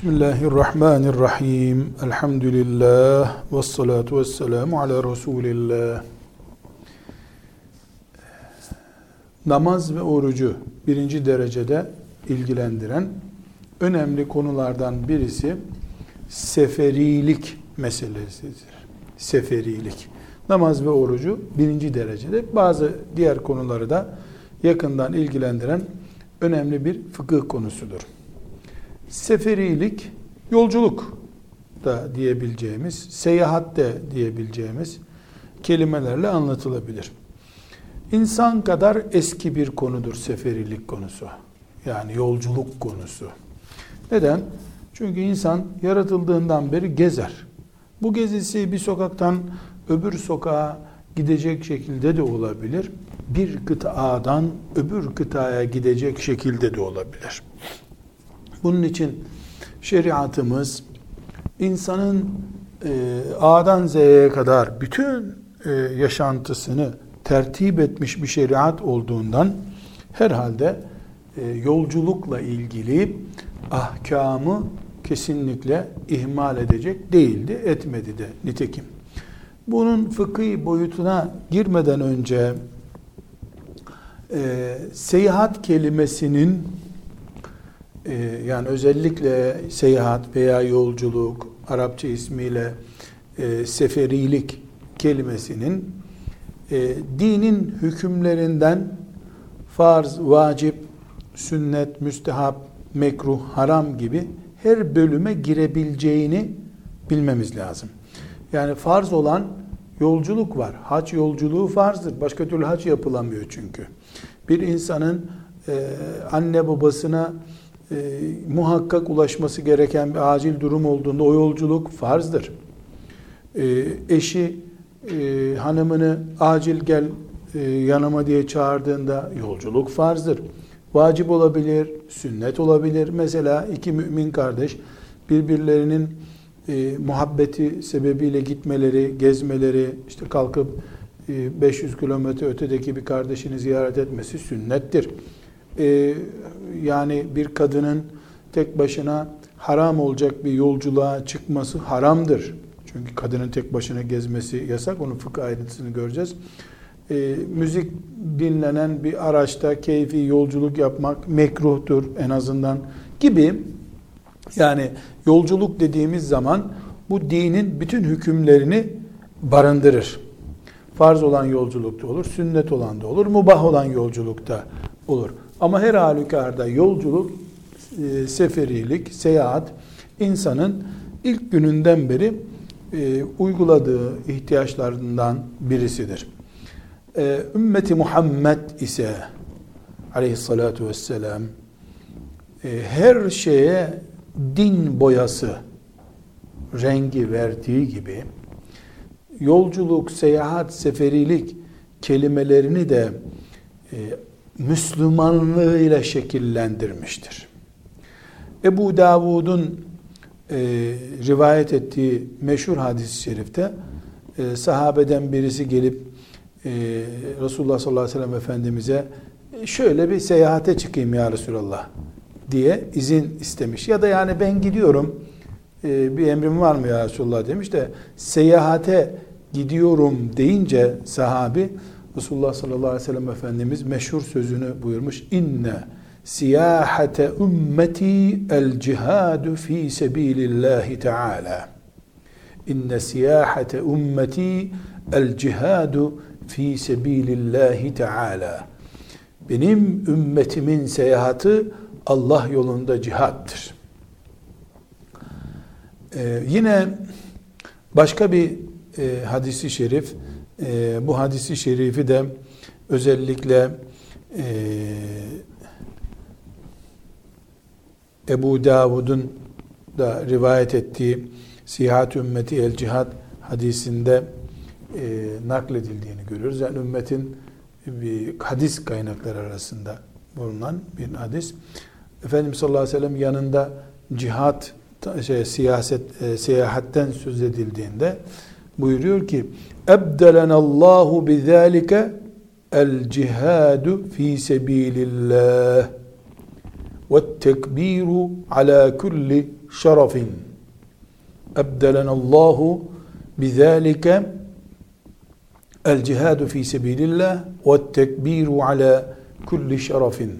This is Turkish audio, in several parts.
Bismillahirrahmanirrahim. Elhamdülillah. Vessalatu vesselamu ala Resulillah. Namaz ve orucu birinci derecede ilgilendiren önemli konulardan birisi seferilik meselesidir. Seferilik. Namaz ve orucu birinci derecede, bazı diğer konuları da yakından ilgilendiren önemli bir fıkıh konusudur. Seferilik, yolculuk da diyebileceğimiz, seyahat de diyebileceğimiz kelimelerle anlatılabilir. İnsan kadar eski bir konudur seferilik konusu. Yani yolculuk konusu. Neden? Çünkü insan yaratıldığından beri gezer. Bu gezisi bir sokaktan öbür sokağa gidecek şekilde de olabilir. Bir kıtadan öbür kıtaya gidecek şekilde de olabilir. Bunun için şeriatımız insanın A'dan Z'ye kadar bütün yaşantısını tertip etmiş bir şeriat olduğundan herhalde yolculukla ilgili ahkamı kesinlikle ihmal edecek değildi, etmedi de nitekim. Bunun fıkhi boyutuna girmeden önce seyahat kelimesinin yani özellikle seyahat veya yolculuk, Arapça ismiyle seferilik kelimesinin dinin hükümlerinden farz, vacip, sünnet, müstehap, mekruh, haram gibi her bölüme girebileceğini bilmemiz lazım. Yani farz olan yolculuk var. Hac yolculuğu farzdır. Başka türlü hac yapılamıyor çünkü. Bir insanın anne babasına muhakkak ulaşması gereken bir acil durum olduğunda o yolculuk farzdır. Eşi hanımını acil gel yanıma diye çağırdığında yolculuk farzdır. Vacip olabilir, sünnet olabilir. Mesela iki mümin kardeş birbirlerinin muhabbeti sebebiyle gitmeleri, gezmeleri, işte kalkıp 500 kilometre ötedeki bir kardeşini ziyaret etmesi sünnettir. Yani bir kadının tek başına haram olacak bir yolculuğa çıkması haramdır. Çünkü kadının tek başına gezmesi yasak. Onun fıkıh ayrıntısını göreceğiz. Müzik dinlenen bir araçta keyfi yolculuk yapmak mekruhtur en azından gibi. Yani yolculuk dediğimiz zaman bu dinin bütün hükümlerini barındırır. Farz olan yolculukta olur, sünnet olan da olur, mubah olan yolculukta olur. Ama her halükarda yolculuk, seferilik, seyahat insanın ilk gününden beri uyguladığı ihtiyaçlarından birisidir. Ümmeti Muhammed ise aleyhissalatu vesselam her şeye din boyası rengi verdiği gibi yolculuk, seyahat, seferilik kelimelerini de Müslümanlığıyla şekillendirmiştir. Ebu Davud'un rivayet ettiği meşhur hadis-i şerifte sahabeden birisi gelip Resulullah sallallahu aleyhi ve sellem Efendimiz'e şöyle bir seyahate çıkayım ya Resulallah diye izin istemiş. Ya da yani ben gidiyorum, bir emrim var mı ya Resulullah demiş de seyahate gidiyorum deyince sahabi Resulullah sallallahu aleyhi ve sellem Efendimiz meşhur sözünü buyurmuş. İnne siyahate ümmeti el cihadu fi sebilillahi teala. İnne siyahate ümmeti el cihadu fi sebilillahi teala. Benim ümmetimin seyahati Allah yolunda cihattır. Yine başka bir hadisi şerif, bu hadisi şerifi de özellikle Ebu Davud'un da rivayet ettiği Sihat ümmeti el cihad hadisinde nakledildiğini görüyoruz. Yani ümmetin bir hadis kaynakları arasında bulunan bir hadis. Efendimiz sallallahu aleyhi ve sellem yanında cihat, seyahatten söz edildiğinde buyuruyor ki ebdelenallahu bizalike el cihadu fi sebilillah ve tekbiru ala kulli şerefin ebdelenallahu bizalike el cihadu fi sebilillah ve tekbiru ala kulli şerefin.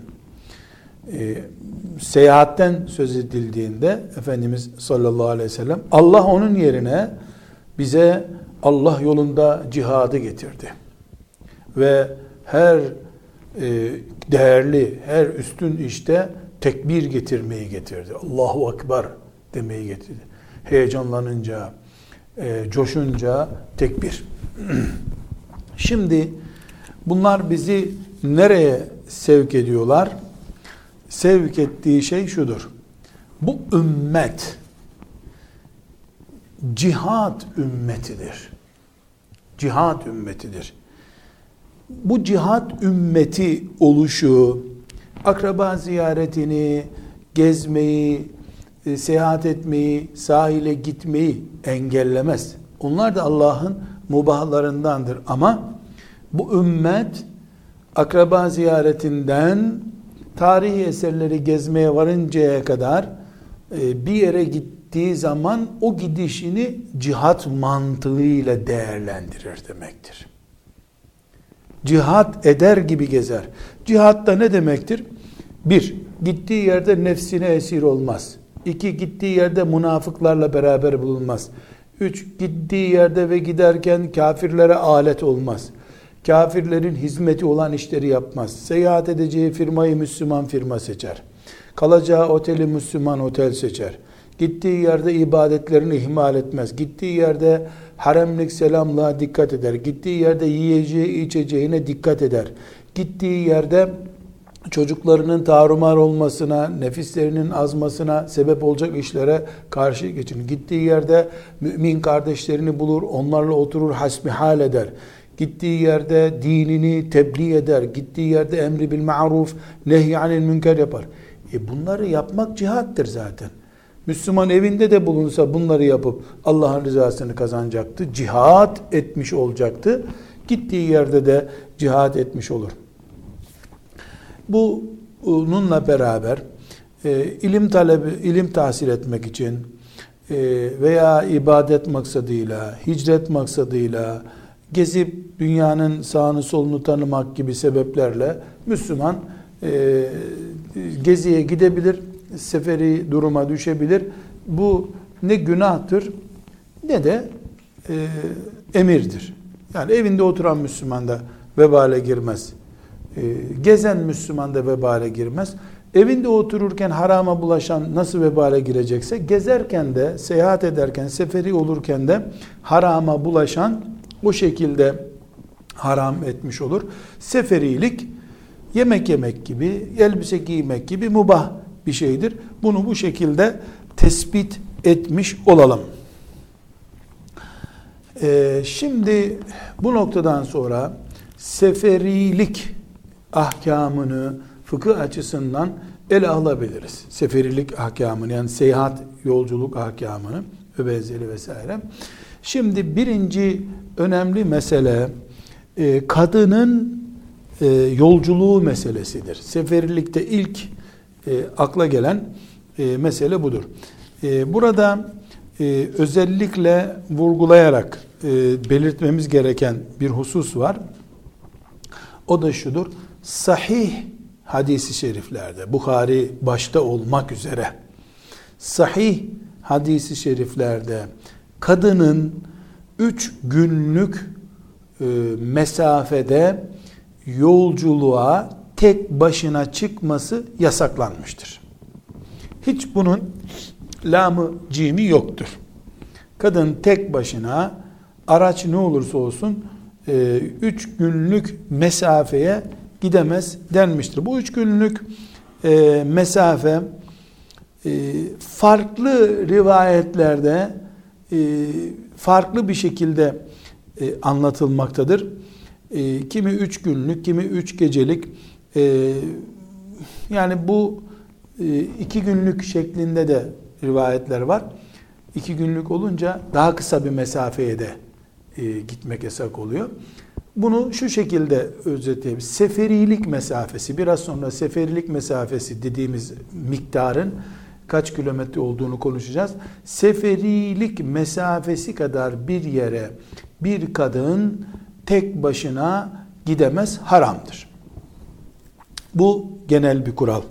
Seyahatten söz edildiğinde Efendimiz sallallahu aleyhi ve sellem Allah onun yerine bize Allah yolunda cihadı getirdi. Ve her değerli, her üstün işte tekbir getirmeyi getirdi. Allahu Ekber demeyi getirdi. Heyecanlanınca, coşunca tekbir. Şimdi bunlar bizi nereye sevk ediyorlar? Sevk ettiği şey şudur. Bu ümmet cihat ümmetidir. Cihat ümmetidir. Bu cihat ümmeti oluşu, akraba ziyaretini, gezmeyi, seyahat etmeyi, sahile gitmeyi engellemez. Onlar da Allah'ın mubahlarındandır. Ama bu ümmet akraba ziyaretinden tarihi eserleri gezmeye varıncaya kadar bir yere gittiği zaman o gidişini cihat mantığıyla değerlendirir demektir. Cihat eder gibi gezer. Cihat da ne demektir? 1. Gittiği yerde nefsine esir olmaz. 2. Gittiği yerde münafıklarla beraber bulunmaz. 3. Gittiği yerde ve giderken kafirlere alet olmaz. Kafirlerin hizmeti olan işleri yapmaz. Seyahat edeceği firmayı Müslüman firma seçer. Kalacağı oteli Müslüman otel seçer. Gittiği yerde ibadetlerini ihmal etmez. Gittiği yerde haremlik selamlığa dikkat eder. Gittiği yerde yiyeceği içeceğine dikkat eder. Gittiği yerde çocuklarının tarumar olmasına, nefislerinin azmasına sebep olacak işlere karşı geçin. Gittiği yerde mümin kardeşlerini bulur, onlarla oturur, hasbihal eder. Gittiği yerde dinini tebliğ eder. Gittiği yerde emri bil ma'ruf, nehyanil münker yapar. Bunları yapmak cihattır zaten. Müslüman evinde de bulunsa bunları yapıp Allah'ın rızasını kazanacaktı. Cihat etmiş olacaktı. Gittiği yerde de cihat etmiş olur. Bununla beraber ilim tahsil etmek için veya ibadet maksadıyla, hicret maksadıyla, gezip dünyanın sağını solunu tanımak gibi sebeplerle Müslüman geziye gidebilir, seferi duruma düşebilir. Bu ne günahtır ne de emirdir. Yani evinde oturan Müslüman da vebale girmez. Gezen Müslüman da vebale girmez. Evinde otururken harama bulaşan nasıl vebale girecekse, gezerken de, seyahat ederken, seferi olurken de harama bulaşan o şekilde haram etmiş olur. Seferilik yemek yemek gibi, elbise giymek gibi mubah bir şeydir. Bunu bu şekilde tespit etmiş olalım. Şimdi bu noktadan sonra seferilik ahkamını fıkıh açısından ele alabiliriz. Seferilik ahkamını, yani seyahat, yolculuk ahkamını ve benzeri vesaire. Şimdi birinci önemli mesele kadının yolculuğu meselesidir. Seferilikte ilk akla gelen mesele budur. Burada özellikle vurgulayarak belirtmemiz gereken bir husus var. O da şudur: sahih hadis-i şeriflerde, Bukhari başta olmak üzere sahih hadis-i şeriflerde kadının 3 günlük mesafede yolculuğa tek başına çıkması yasaklanmıştır. Hiç bunun lamı cimi yoktur. Kadın tek başına, araç ne olursa olsun 3 günlük mesafeye gidemez denmiştir. Bu 3 günlük mesafe farklı rivayetlerde farklı bir şekilde anlatılmaktadır. Kimi 3 günlük, kimi 3 gecelik, yani bu 2 günlük şeklinde de rivayetler var. 2 günlük olunca daha kısa bir mesafeye de gitmek yasak oluyor. Bunu şu şekilde özetleyebiliriz. Seferilik mesafesi, biraz sonra seferilik mesafesi dediğimiz miktarın kaç kilometre olduğunu konuşacağız. Seferilik mesafesi kadar bir yere bir kadın tek başına gidemez, haramdır. Bu genel bir kural.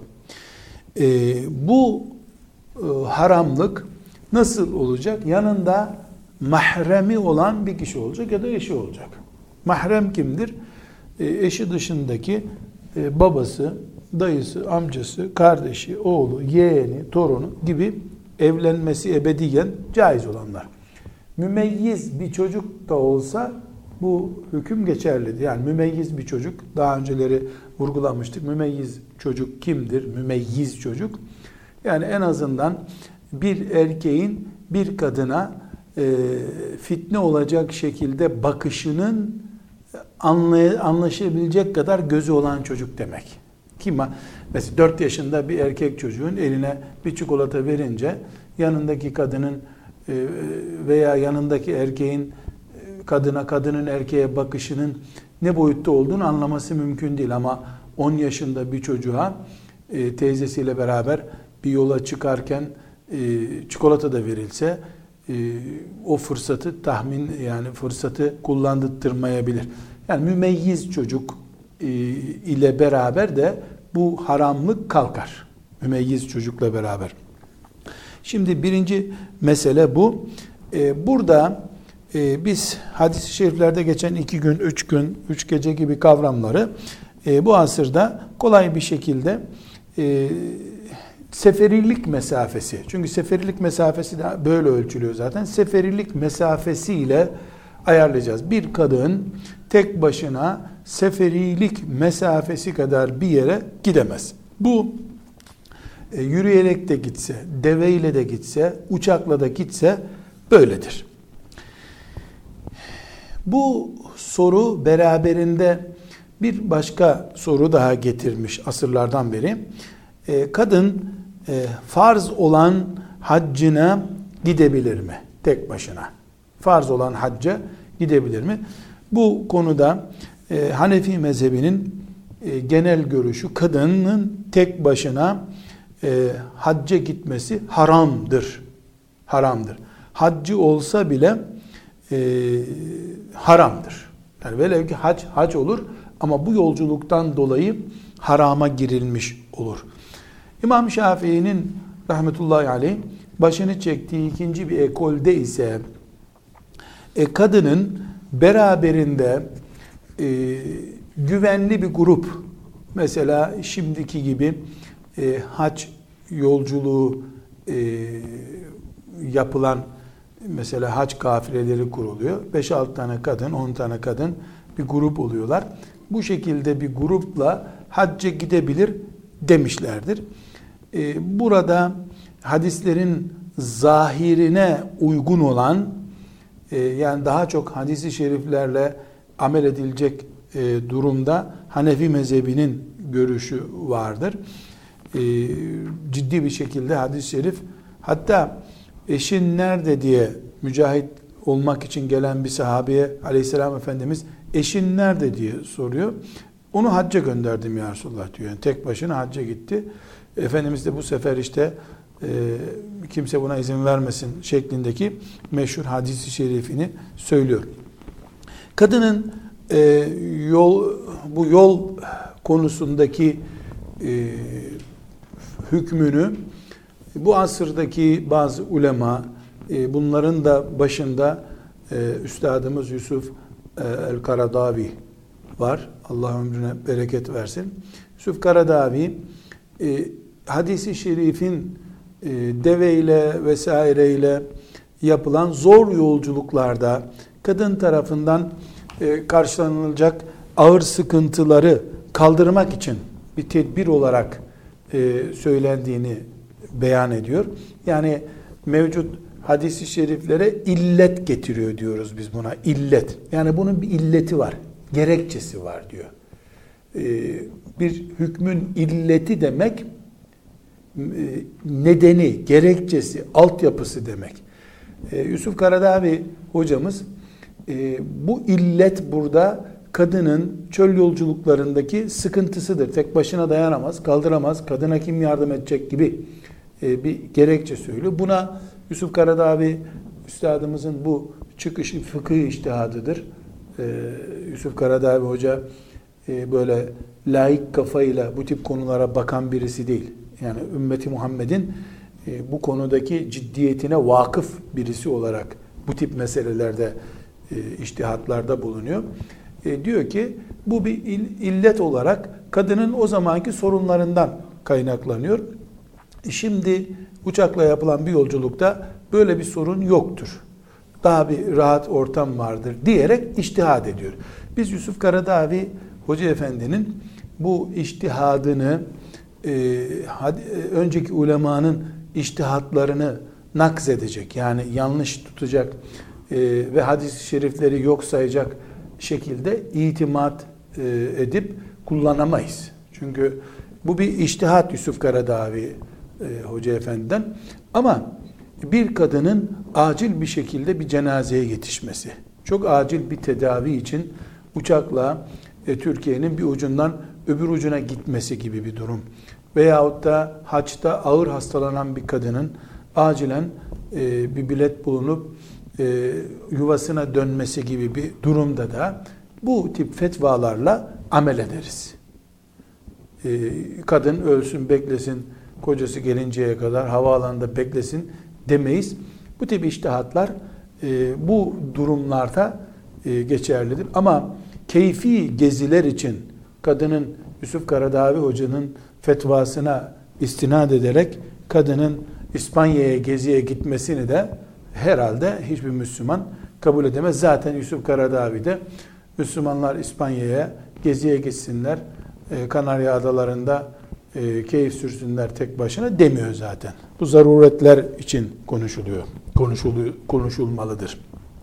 Bu haramlık nasıl olacak? Yanında mahremi olan bir kişi olacak ya da eşi olacak. Mahrem kimdir? Eşi dışındaki babası, dayısı, amcası, kardeşi, oğlu, yeğeni, torunu gibi evlenmesi ebediyen caiz olanlar. Mümeyyiz bir çocuk da olsa bu hüküm geçerlidir. Yani mümeyyiz bir çocuk, daha önceleri vurgulamıştık. Mümeyyiz çocuk kimdir? Mümeyyiz çocuk. Yani en azından bir erkeğin bir kadına fitne olacak şekilde bakışının anlaşabilecek kadar gözü olan çocuk demek. Mesela 4 yaşında bir erkek çocuğun eline bir çikolata verince yanındaki kadının veya yanındaki erkeğin kadına, kadının erkeğe bakışının ne boyutta olduğunu anlaması mümkün değil. Ama 10 yaşında bir çocuğa teyzesiyle beraber bir yola çıkarken çikolata da verilse o fırsatı fırsatı kullandırtmayabilir. Yani mümeyyiz çocuk ile beraber de bu haramlık kalkar. Mümeyyiz çocukla beraber. Şimdi birinci mesele bu. Burada biz hadis-i şeriflerde geçen 2 gün, 3 gün, 3 gece gibi kavramları bu asırda kolay bir şekilde seferilik mesafesi, çünkü seferilik mesafesi de böyle ölçülüyor zaten. Seferilik mesafesiyle ayarlayacağız. Bir kadın tek başına seferilik mesafesi kadar bir yere gidemez. Bu yürüyerek de gitse, deveyle de gitse, uçakla da gitse böyledir. Bu soru beraberinde bir başka soru daha getirmiş asırlardan beri. Kadın farz olan haccına gidebilir mi? Tek başına. Farz olan hacca gidebilir mi? Bu konuda Hanefi mezhebinin genel görüşü, kadının tek başına hacca gitmesi haramdır. Haramdır. Haccı olsa bile haramdır. Yani velev ki hac olur ama bu yolculuktan dolayı harama girilmiş olur. İmam Şafii'nin rahmetullahi aleyh başını çektiği ikinci bir ekolde ise kadının beraberinde güvenli bir grup, mesela şimdiki gibi hac yolculuğu yapılan mesela hac kafileleri kuruluyor. 5-6 tane kadın, 10 tane kadın bir grup oluyorlar. Bu şekilde bir grupla hacca gidebilir demişlerdir. Burada hadislerin zahirine uygun olan, yani daha çok hadis-i şeriflerle amel edilecek durumda Hanefi mezhebinin görüşü vardır. Ciddi bir şekilde hadis-i şerif, hatta eşin nerede diye mücahit olmak için gelen bir sahabeye aleyhisselam Efendimiz eşin nerede diye soruyor. Onu hacca gönderdim ya Resulullah diyor. Yani tek başına hacca gitti. Efendimiz de bu sefer işte kimse buna izin vermesin şeklindeki meşhur hadis-i şerifini söylüyor. Kadının bu yol konusundaki hükmünü bu asırdaki bazı ulema, bunların da başında Üstadımız Yusuf el-Karadavi var. Allah ömrüne bereket versin. Yusuf Karadavi hadis-i şerifin deveyle vesaireyle yapılan zor yolculuklarda kadın tarafından karşılanılacak ağır sıkıntıları kaldırmak için bir tedbir olarak söylendiğini beyan ediyor. Yani mevcut hadis-i şeriflere illet getiriyor diyoruz biz buna. İllet. Yani bunun bir illeti var. Gerekçesi var diyor. Bir hükmün illeti demek nedeni, gerekçesi, altyapısı demek. Yusuf Karadavi hocamız bu illet burada kadının çöl yolculuklarındaki sıkıntısıdır. Tek başına dayanamaz, kaldıramaz. Kadına kim yardım edecek gibi bir gerekçe söylüyor. Buna Yusuf Karadağvi üstadımızın bu çıkışı fıkıh içtihadıdır. Yusuf Karadağvi Hoca böyle laik kafayla bu tip konulara bakan birisi değil. Yani ümmeti Muhammed'in bu konudaki ciddiyetine vakıf birisi olarak bu tip meselelerde içtihatlarda bulunuyor. Diyor ki bu bir illet olarak kadının o zamanki sorunlarından kaynaklanıyor. Şimdi uçakla yapılan bir yolculukta böyle bir sorun yoktur. Daha bir rahat ortam vardır diyerek içtihad ediyor. Biz Yusuf Karadağvi Hoca Efendi'nin bu içtihadını önceki ulemanın içtihatlarını nakz edecek, yani yanlış tutacak ve hadis-i şerifleri yok sayacak şekilde itimat edip kullanamayız. Çünkü bu bir içtihat Yusuf Karadağvi Hoca Efendi'den. Ama bir kadının acil bir şekilde bir cenazeye yetişmesi, çok acil bir tedavi için uçakla Türkiye'nin bir ucundan öbür ucuna gitmesi gibi bir durum. Veyahut da haçta ağır hastalanan bir kadının acilen bir bilet bulunup yuvasına dönmesi gibi bir durumda da bu tip fetvalarla amel ederiz. Kadın ölsün, beklesin, kocası gelinceye kadar havaalanında beklesin demeyiz. Bu tip içtihatlar bu durumlarda geçerlidir. Ama keyfi geziler için kadının Yusuf Karadağvi Hoca'nın fetvasına istinad ederek kadının İspanya'ya geziye gitmesini de herhalde hiçbir Müslüman kabul edemez. Zaten Yusuf Karadağvi de Müslümanlar İspanya'ya geziye gitsinler, Kanarya Adaları'nda keyif sürsünler tek başına demiyor zaten. Bu zaruretler için konuşulmalıdır.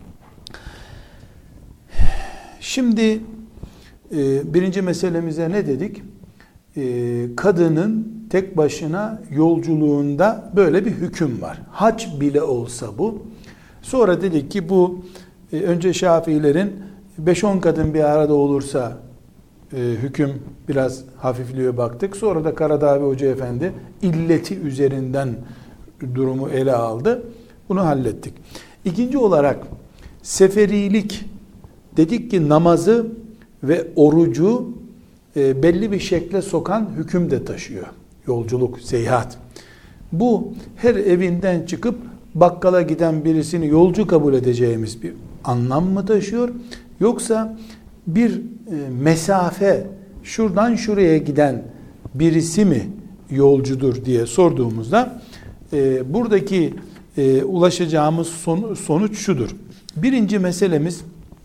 Şimdi birinci meselemize ne dedik? Kadının tek başına yolculuğunda böyle bir hüküm var. Hac bile olsa bu. Sonra dedik ki bu önce Şafiilerin 5-10 kadın bir arada olursa hüküm biraz hafifliyor baktık. Sonra da Karadağvi Hoca Efendi illeti üzerinden durumu ele aldı. Bunu hallettik. İkinci olarak seferilik, dedik ki namazı ve orucu belli bir şekle sokan hüküm de taşıyor. Yolculuk, seyahat. Bu her evinden çıkıp bakkala giden birisini yolcu kabul edeceğimiz bir anlam mı taşıyor? Yoksa bir mesafe, şuradan şuraya giden birisi mi yolcudur diye sorduğumuzda buradaki ulaşacağımız sonuç şudur. Birinci meselemiz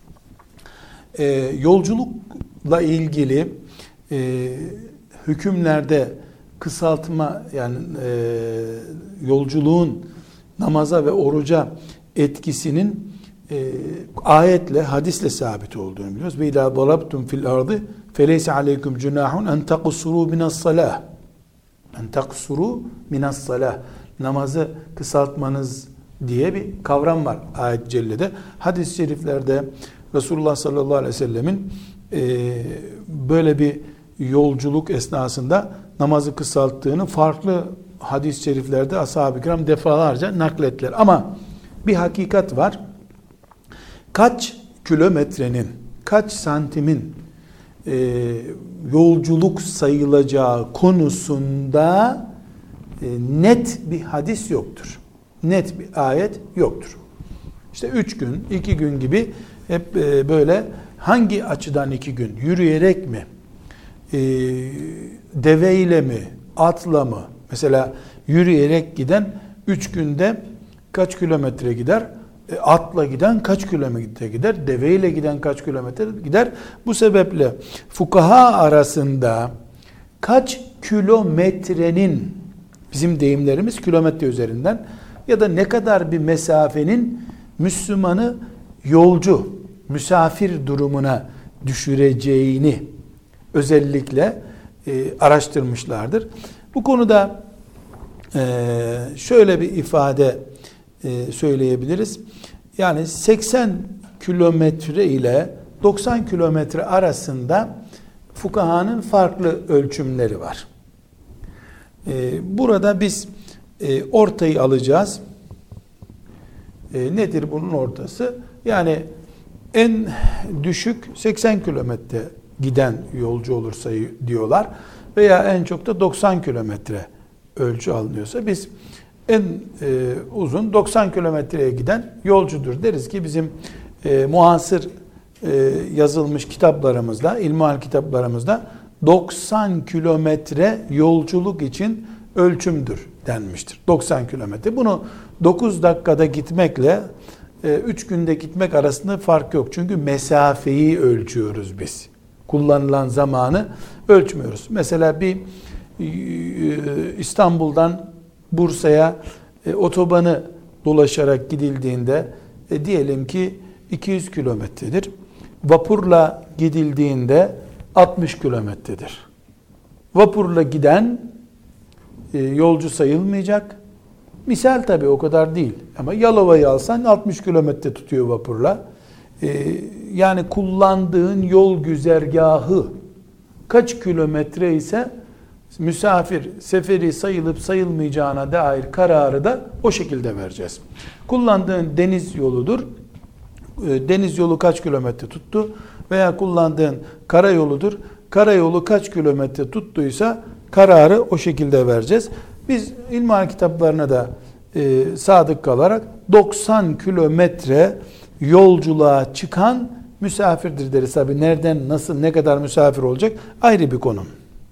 yolculukla ilgili hükümlerde kısaltma, yani yolculuğun namaza ve oruca etkisinin ayetle, hadisle sabit olduğunu biliyoruz. Ve idâ darabtum fil ardı feleyse aleykum cunahun en takussuru minas-salah. En takussuru minas-salah. Namazı kısaltmanız diye bir kavram var ayet-i cellede. Hadis-i şeriflerde Resulullah sallallahu aleyhi ve sellemin böyle bir yolculuk esnasında namazı kısalttığını farklı hadis-i şeriflerde ashab-ı kiram defalarca naklettiler. Ama bir hakikat var. Kaç kilometrenin, kaç santimin yolculuk sayılacağı konusunda net bir hadis yoktur. Net bir ayet yoktur. İşte 3 gün, 2 gün gibi hep böyle, hangi açıdan 2 gün? Yürüyerek mi? Deveyle mi? Atla mı? Mesela yürüyerek giden 3 günde kaç kilometre gider? Atla giden kaç kilometre gider? Deveyle giden kaç kilometre gider? Bu sebeple fukaha arasında kaç kilometrenin, bizim deyimlerimiz kilometre üzerinden, ya da ne kadar bir mesafenin Müslümanı yolcu, misafir durumuna düşüreceğini özellikle araştırmışlardır. Bu konuda şöyle bir ifade söyleyebiliriz. Yani 80 kilometre ile 90 kilometre arasında fukahanın farklı ölçümleri var. Burada biz ortayı alacağız. Nedir bunun ortası? Yani en düşük 80 kilometre giden yolcu olursa diyorlar veya en çok da 90 kilometre ölçü alınıyorsa biz en uzun 90 kilometreye giden yolcudur deriz ki bizim muasır yazılmış kitaplarımızda, ilmihal kitaplarımızda 90 kilometre yolculuk için ölçümdür denmiştir. 90 kilometre. Bunu 9 dakikada gitmekle 3 günde gitmek arasında fark yok. Çünkü mesafeyi ölçüyoruz biz. Kullanılan zamanı ölçmüyoruz. Mesela bir İstanbul'dan Bursa'ya otobanı dolaşarak gidildiğinde diyelim ki 200 kilometredir. Vapurla gidildiğinde 60 kilometredir. Vapurla giden yolcu sayılmayacak. Misal tabii o kadar değil. Ama Yalova'yı alsan 60 kilometre tutuyor vapurla. Yani kullandığın yol güzergahı kaç kilometre ise misafir seferi sayılıp sayılmayacağına dair kararı da o şekilde vereceğiz. Kullandığın deniz yoludur. Deniz yolu kaç kilometre tuttu veya kullandığın karayoludur. Karayolu kaç kilometre tuttuysa kararı o şekilde vereceğiz. Biz ilmihal kitaplarına da sadık kalarak 90 kilometre yolculuğa çıkan misafirdir deriz. Tabi nereden, nasıl, ne kadar misafir olacak ayrı bir konu.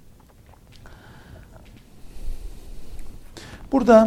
Burada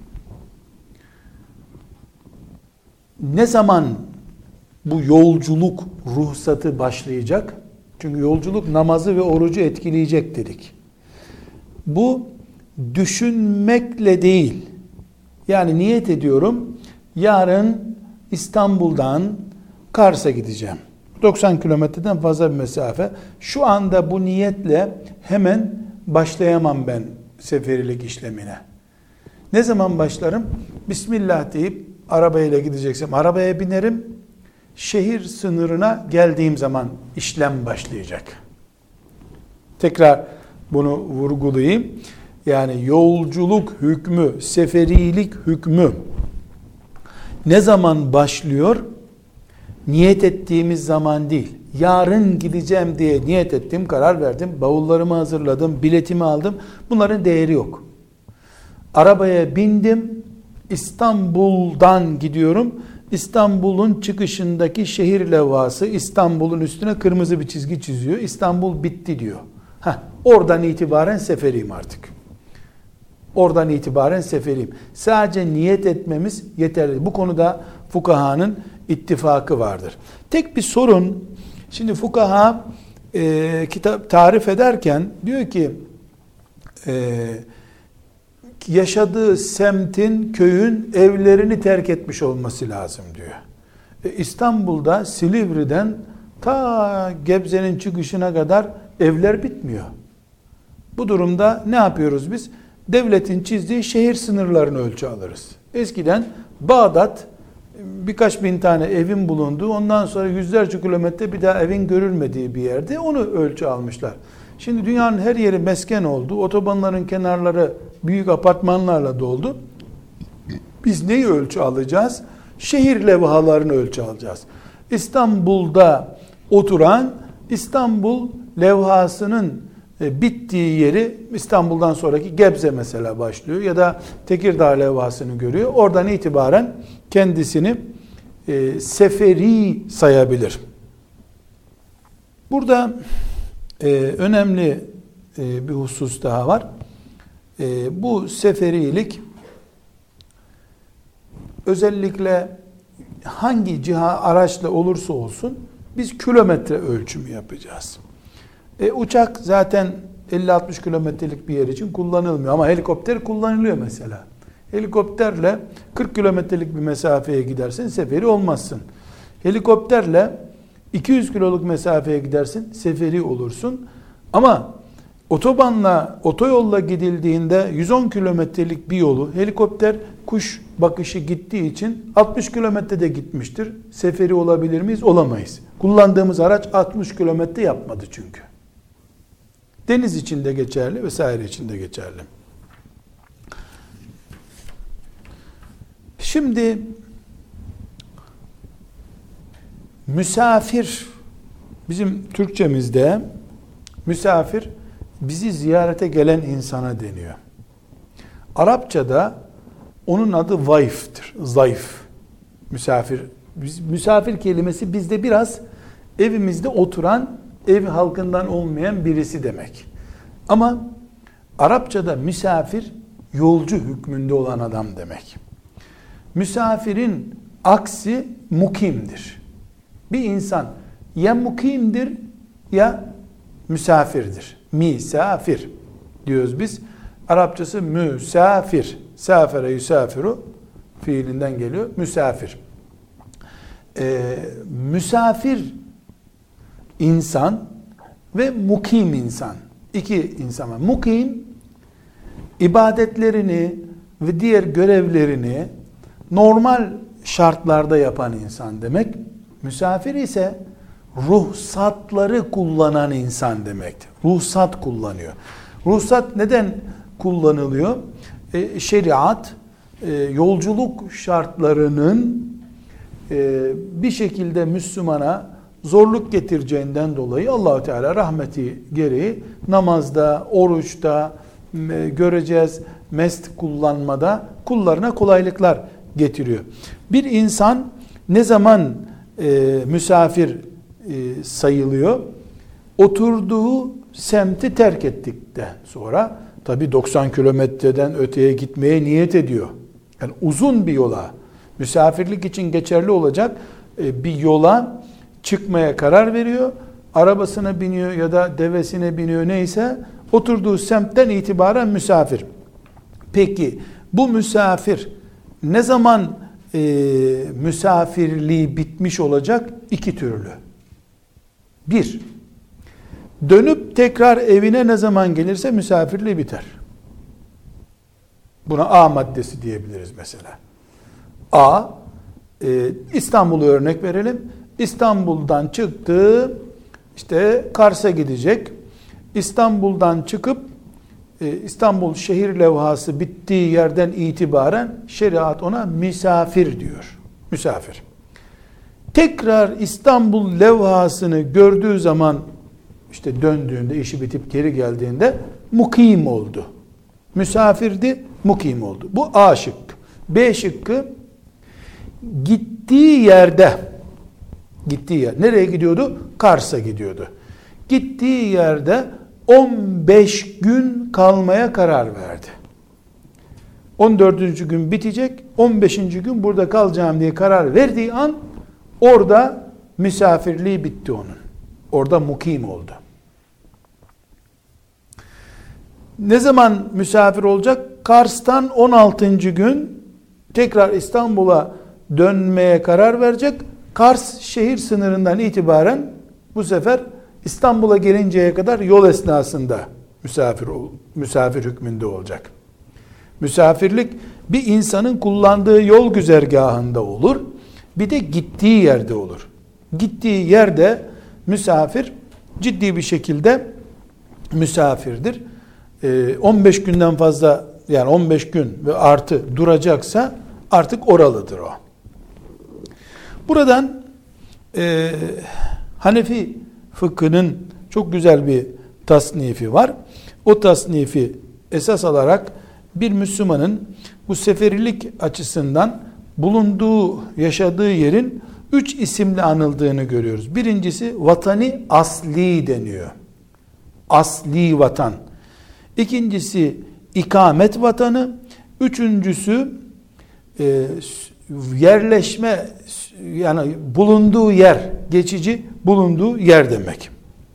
ne zaman bu yolculuk ruhsatı başlayacak? Çünkü yolculuk namazı ve orucu etkileyecek dedik. Bu düşünmekle değil. Yani niyet ediyorum, yarın İstanbul'dan Kars'a gideceğim. 90 kilometreden fazla bir mesafe. Şu anda bu niyetle hemen başlayamam ben seferilik işlemine. Ne zaman başlarım? Bismillah deyip arabayla gideceksem arabaya binerim. Şehir sınırına geldiğim zaman işlem başlayacak. Tekrar bunu vurgulayayım. Yani yolculuk hükmü, seferilik hükmü ne zaman başlıyor? Niyet ettiğimiz zaman değil. Yarın gideceğim diye niyet ettim, karar verdim, bavullarımı hazırladım, biletimi aldım. Bunların değeri yok. Arabaya bindim, İstanbul'dan gidiyorum. İstanbul'un çıkışındaki şehir levhası İstanbul'un üstüne kırmızı bir çizgi çiziyor. İstanbul bitti diyor. Oradan itibaren seferiyim artık. Oradan itibaren seferiyim. Sadece niyet etmemiz yeterli. Bu konuda fukahanın ittifakı vardır. Tek bir sorun, şimdi fukaha kitap tarif ederken diyor ki yaşadığı semtin, köyün evlerini terk etmiş olması lazım diyor. İstanbul'da Silivri'den ta Gebze'nin çıkışına kadar evler bitmiyor. Bu durumda ne yapıyoruz biz? Devletin çizdiği şehir sınırlarını ölçü alırız. Eskiden Bağdat birkaç bin tane evin bulunduğu, ondan sonra yüzlerce kilometre bir daha evin görülmediği bir yerde onu ölçü almışlar. Şimdi dünyanın her yeri mesken oldu. Otobanların kenarları büyük apartmanlarla doldu. Biz neyi ölçü alacağız? Şehir levhalarını ölçü alacağız. İstanbul'da oturan, İstanbul levhasının bittiği yeri, İstanbul'dan sonraki Gebze mesela başlıyor ya da Tekirdağ levhasını görüyor. Oradan itibaren kendisini seferi sayabilir. Burada önemli bir husus daha var. Bu seferilik özellikle hangi araçla olursa olsun biz kilometre ölçümü yapacağız. Uçak zaten 50-60 kilometrelik bir yer için kullanılmıyor ama helikopter kullanılıyor mesela. Helikopterle 40 kilometrelik bir mesafeye gidersin, seferi olmazsın. Helikopterle 200 kiloluk mesafeye gidersin, seferi olursun. Ama otoyolla gidildiğinde 110 kilometrelik bir yolu helikopter kuş bakışı gittiği için 60 kilometrede gitmiştir. Seferi olabilir miyiz? Olamayız. Kullandığımız araç 60 kilometre yapmadı çünkü. Deniz için de geçerli, vesaire için de geçerli. Şimdi misafir, bizim Türkçemizde misafir bizi ziyarete gelen insana deniyor. Arapçada onun adı zayıftır. Zayıf. Misafir. Misafir kelimesi bizde biraz evimizde oturan, ev halkından olmayan birisi demek. Ama Arapçada misafir yolcu hükmünde olan adam demek. Misafirin aksi mukimdir. Bir insan ya mukimdir ya misafirdir. Misafir diyoruz biz. Arapçası müsafir. Safere yusafiru fiilinden geliyor. Misafir. Misafir insan ve mukim insan. İki insan var. Mukim ibadetlerini ve diğer görevlerini normal şartlarda yapan insan demek. Misafir ise ruhsatları kullanan insan demektir. Ruhsat kullanıyor. Ruhsat neden kullanılıyor? Şeriat yolculuk şartlarının bir şekilde Müslümana zorluk getireceğinden dolayı Allah-u Teala rahmeti gereği namazda, oruçta, göreceğiz mest kullanmada kullarına kolaylıklar getiriyor. Bir insan ne zaman misafir sayılıyor? Oturduğu semti terk ettikten sonra, tabi 90 kilometreden öteye gitmeye niyet ediyor. Yani uzun bir yola, misafirlik için geçerli olacak bir yola çıkmaya karar veriyor. Arabasına biniyor ya da devesine biniyor, neyse oturduğu semtten itibaren misafir. Peki bu misafir ne zaman misafirliği bitmiş olacak? İki türlü. Bir, dönüp tekrar evine ne zaman gelirse misafirliği biter. Buna A maddesi diyebiliriz mesela. A, İstanbul'u örnek verelim. İstanbul'dan çıktı, işte Kars'a gidecek. İstanbul'dan çıkıp İstanbul şehir levhası bittiği yerden itibaren şeriat ona misafir diyor. Misafir. Tekrar İstanbul levhasını gördüğü zaman, işte döndüğünde, işi bitip geri geldiğinde mukim oldu. Misafirdi, mukim oldu. Bu A şıkkı. B şıkkı, gittiği yer, nereye gidiyordu? Kars'a gidiyordu. Gittiği yerde 15 gün kalmaya karar verdi. 14. gün bitecek, 15. gün burada kalacağım diye karar verdiği an orada misafirliği bitti onun. Orada mukim oldu. Ne zaman misafir olacak? Kars'tan 16. gün tekrar İstanbul'a dönmeye karar verecek. Kars şehir sınırından itibaren bu sefer İstanbul'a gelinceye kadar yol esnasında misafir hükmünde olacak. Misafirlik bir insanın kullandığı yol güzergahında olur. Bir de gittiği yerde olur. Gittiği yerde misafir ciddi bir şekilde misafirdir. 15 günden fazla, yani 15 gün ve artı duracaksa artık oralıdır o. Buradan Hanefi fıkhının çok güzel bir tasnifi var. O tasnifi esas alarak bir Müslümanın bu seferilik açısından bulunduğu, yaşadığı yerin 3 isimle anıldığını görüyoruz. Birincisi vatani asli deniyor. Asli vatan. İkincisi ikamet vatanı. Üçüncüsü yerleşme, yani bulunduğu yer, geçici bulunduğu yer demek.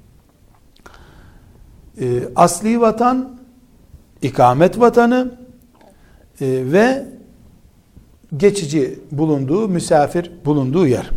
Asli vatan, ikamet vatanı ve geçici bulunduğu, misafir bulunduğu yer.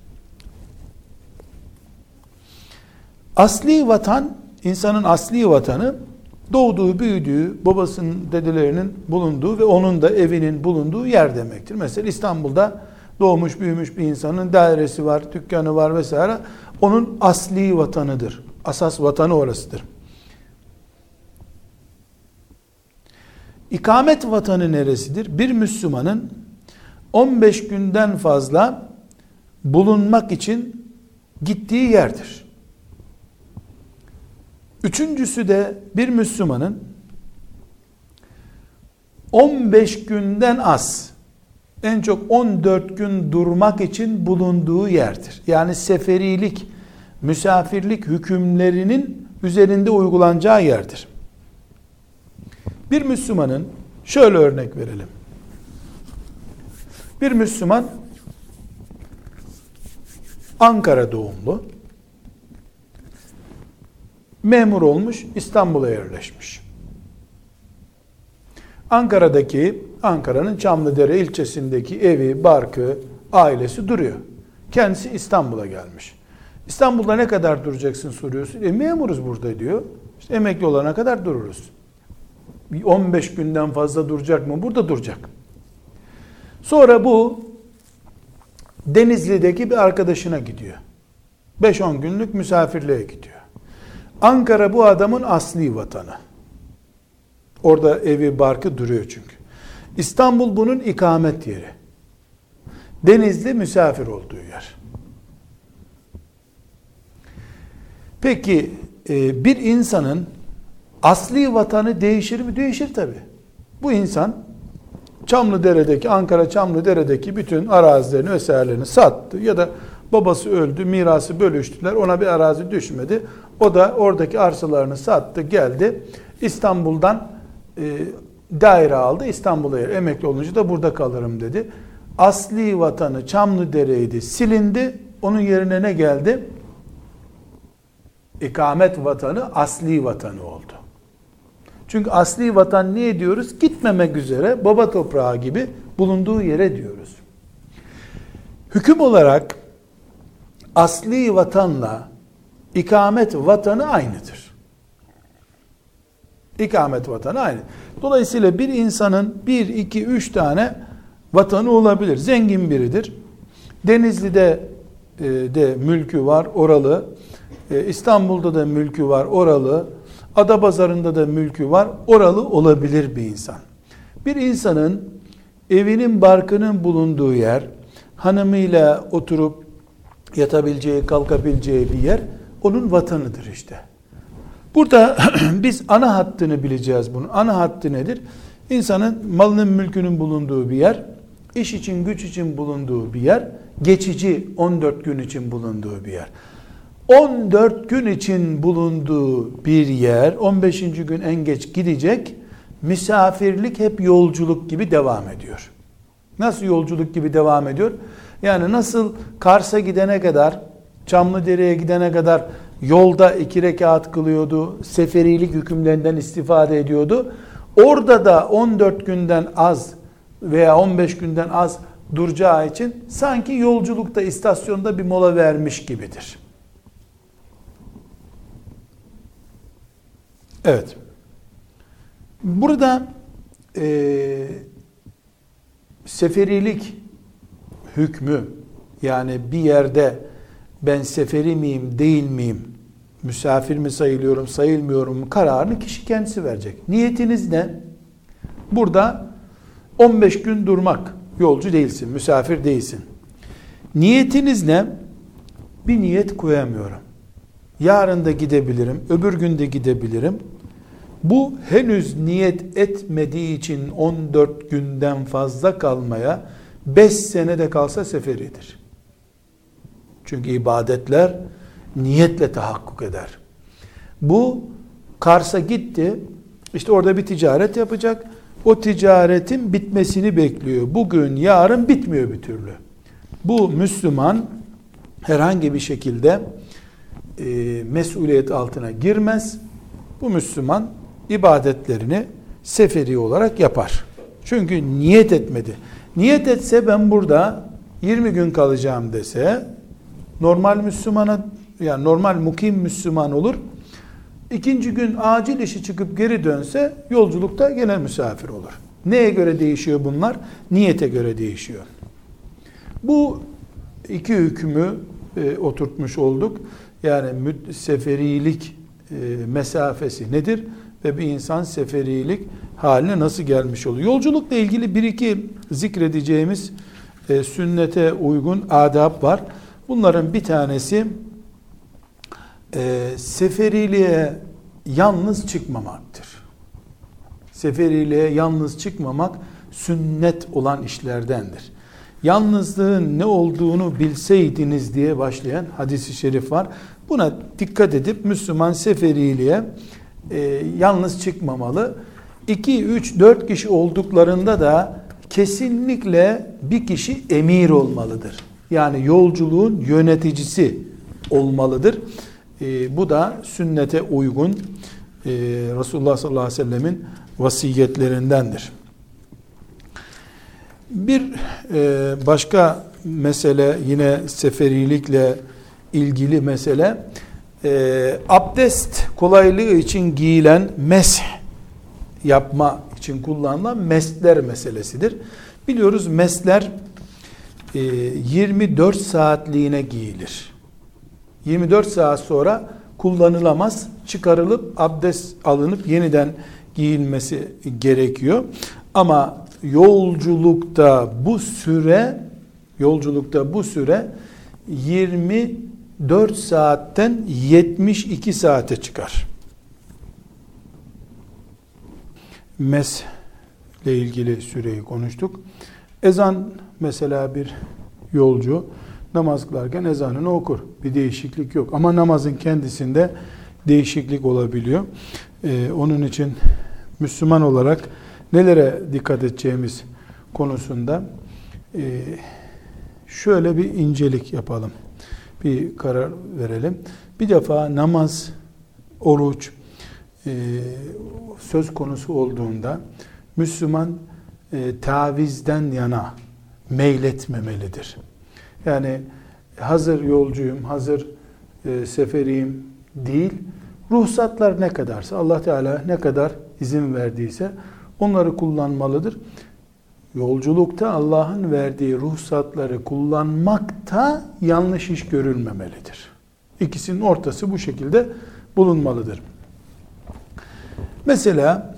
Asli vatan, insanın asli vatanı doğduğu, büyüdüğü, babasının, dedelerinin bulunduğu ve onun da evinin bulunduğu yer demektir. Mesela İstanbul'da doğmuş, büyümüş bir insanın dairesi var, dükkanı var vesaire. Onun asli vatanıdır. Asas vatanı orasıdır. İkamet vatanı neresidir? Bir Müslümanın 15 günden fazla bulunmak için gittiği yerdir. Üçüncüsü de bir Müslümanın 15 günden az, en çok 14 gün durmak için bulunduğu yerdir. Yani seferilik, misafirlik hükümlerinin üzerinde uygulanacağı yerdir. Bir Müslümanın, şöyle örnek verelim. Bir Müslüman Ankara doğumlu, memur olmuş, İstanbul'a yerleşmiş. Ankara'nın Çamlıdere ilçesindeki evi, barkı, ailesi duruyor. Kendisi İstanbul'a gelmiş. İstanbul'da ne kadar duracaksın soruyorsun. Memuruz burada diyor. İşte emekli olana kadar dururuz. 15 günden fazla duracak mı? Burada duracak. Sonra bu Denizli'deki bir arkadaşına gidiyor. 5-10 günlük misafirliğe gidiyor. Ankara bu adamın asli vatanı. Orada evi, barkı duruyor çünkü. İstanbul bunun ikamet yeri. Denizli misafir olduğu yer. Peki bir insanın asli vatanı değişir mi? Değişir tabii. Bu insan Ankara Çamlıdere'deki bütün arazilerini vesairelerini sattı ya da babası öldü, mirası bölüştüler, ona bir arazi düşmedi. O da oradaki arsalarını sattı, geldi. İstanbul'dan daire aldı, İstanbul'a emekli olunca da burada kalırım dedi. Asli vatanı Çamlıdere'ydi, silindi. Onun yerine ne geldi? İkamet vatanı asli vatanı oldu. Çünkü asli vatan niye diyoruz? Gitmemek üzere baba toprağı gibi bulunduğu yere diyoruz. Hüküm olarak asli vatanla ikamet vatanı aynıdır. İkamet vatanı aynı. Dolayısıyla bir insanın 1, 2, 3 tane vatanı olabilir. Zengin biridir. Denizli'de de mülkü var, oralı. İstanbul'da da mülkü var, oralı. Adapazarı'nda da mülkü var, oralı olabilir bir insan. Bir insanın evinin, barkının bulunduğu yer, hanımıyla oturup yatabileceği, kalkabileceği bir yer, onun vatanıdır işte. Burada biz ana hattını bileceğiz bunun. Ana hattı nedir? İnsanın malının, mülkünün bulunduğu bir yer, iş için, güç için bulunduğu bir yer, geçici 14 gün için bulunduğu bir yer. 14 gün için bulunduğu bir yer, 15. gün en geç gidecek, misafirlik hep yolculuk gibi devam ediyor. Nasıl yolculuk gibi devam ediyor? Yani nasıl Kars'a gidene kadar, Çamlıdere'ye gidene kadar yolda 2 rekat kılıyordu, seferilik hükümlerinden istifade ediyordu. Orada da 14 günden az veya 15 günden az duracağı için sanki yolculukta, istasyonda bir mola vermiş gibidir. Evet. Burada seferilik hükmü, yani bir yerde ben seferi miyim, değil miyim, misafir mi sayılıyorum, sayılmıyorum kararını kişi kendisi verecek. Niyetiniz ne? Burada 15 gün durmak, yolcu değilsin, misafir değilsin. Niyetiniz ne? Bir niyet koyamıyorum. Yarın da gidebilirim, öbür gün de gidebilirim. Bu henüz niyet etmediği için 14 günden fazla kalmaya 5 sene de kalsa seferidir. Çünkü ibadetler niyetle tahakkuk eder. Bu Kars'a gitti, işte orada bir ticaret yapacak. O ticaretin bitmesini bekliyor. Bugün, yarın bitmiyor bir türlü. Bu Müslüman herhangi bir şekilde mesuliyet altına girmez. Bu Müslüman ibadetlerini seferi olarak yapar. Çünkü niyet etmedi. Niyet etse ben burada 20 gün kalacağım dese normal Müslümana, yani normal mukim Müslüman olur. 2. gün acil işi çıkıp geri dönse yolculukta gene misafir olur. Neye göre değişiyor bunlar? Niyete göre değişiyor. Bu iki hükmü oturtmuş olduk. Yani seferilik mesafesi nedir? Ve bir insan seferilik haline nasıl gelmiş oluyor? Yolculukla ilgili bir iki zikredeceğimiz sünnete uygun adab var. Bunların bir tanesi seferiliğe yalnız çıkmamaktır. Seferiliğe yalnız çıkmamak sünnet olan işlerdendir. Yalnızlığın ne olduğunu bilseydiniz diye başlayan hadis-i şerif var. Buna dikkat edip Müslüman seferiliğe yalnız çıkmamalı. 2, 3, 4 kişi olduklarında da kesinlikle bir kişi emir olmalıdır. Yani yolculuğun yöneticisi olmalıdır. Bu da sünnete uygun Resulullah sallallahu aleyhi ve sellemin vasiyetlerindendir. Bir başka mesele, yine seferilikle ilgili mesele, abdest kolaylığı için giyilen mesh yapma için kullanılan mesler meselesidir. Biliyoruz mesler 24 saatliğine giyilir. 24 saat sonra kullanılamaz, çıkarılıp abdest alınıp yeniden giyilmesi gerekiyor. Ama yolculukta bu süre 24 saatten 72 saate çıkar. Mesle ilgili süreyi konuştuk. Ezan, mesela bir yolcu namaz kılarken ezanını okur. Bir değişiklik yok. Ama namazın kendisinde değişiklik olabiliyor. Onun için Müslüman olarak nelere dikkat edeceğimiz konusunda şöyle bir incelik yapalım. Bir karar verelim. Bir defa namaz, oruç söz konusu olduğunda Müslüman tavizden yana meyletmemelidir. Yani hazır yolcuyum, hazır seferiyim değil. Ruhsatlar ne kadarsa, Allah Teala ne kadar izin verdiyse onları kullanmalıdır. Yolculukta Allah'ın verdiği ruhsatları kullanmakta yanlış iş görülmemelidir. İkisinin ortası bu şekilde bulunmalıdır. Mesela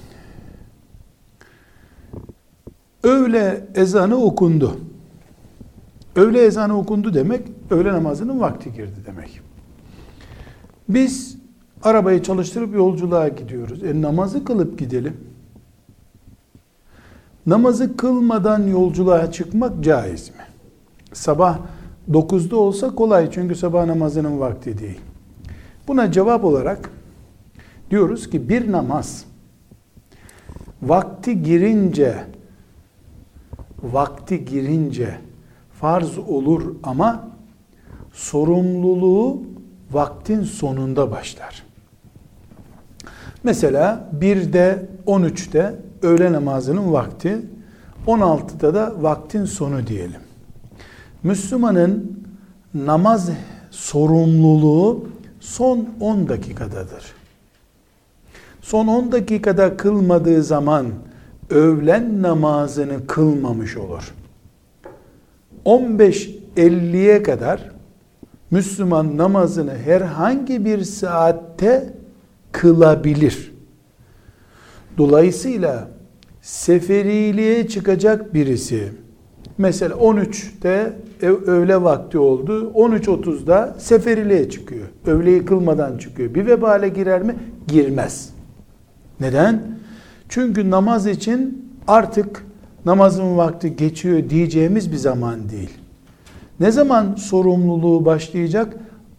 öğle ezanı okundu. Öğle ezanı okundu demek, öğle namazının vakti girdi demek. Biz arabayı çalıştırıp yolculuğa gidiyoruz. Namazı kılıp gidelim. Namazı kılmadan yolculuğa çıkmak caiz mi? Sabah 9'da olsa kolay, çünkü sabah namazının vakti değil. Buna cevap olarak diyoruz ki bir namaz vakti girince farz olur ama sorumluluğu vaktin sonunda başlar. Mesela 1'de 13'te öğle namazının vakti, 16'da da vaktin sonu diyelim. Müslümanın namaz sorumluluğu son 10 dakikadadır. Son 10 dakikada kılmadığı zaman öğlen namazını kılmamış olur. 15.50'ye kadar Müslüman namazını herhangi bir saatte kılabilir. Dolayısıyla seferiliğe çıkacak birisi, mesela 13'te öğle vakti oldu, 13.30'da seferiliğe çıkıyor. Öğleyi kılmadan çıkıyor. Bir vebale girer mi? Girmez. Neden? Çünkü namaz için artık namazın vakti geçiyor diyeceğimiz bir zaman değil. Ne zaman sorumluluğu başlayacak?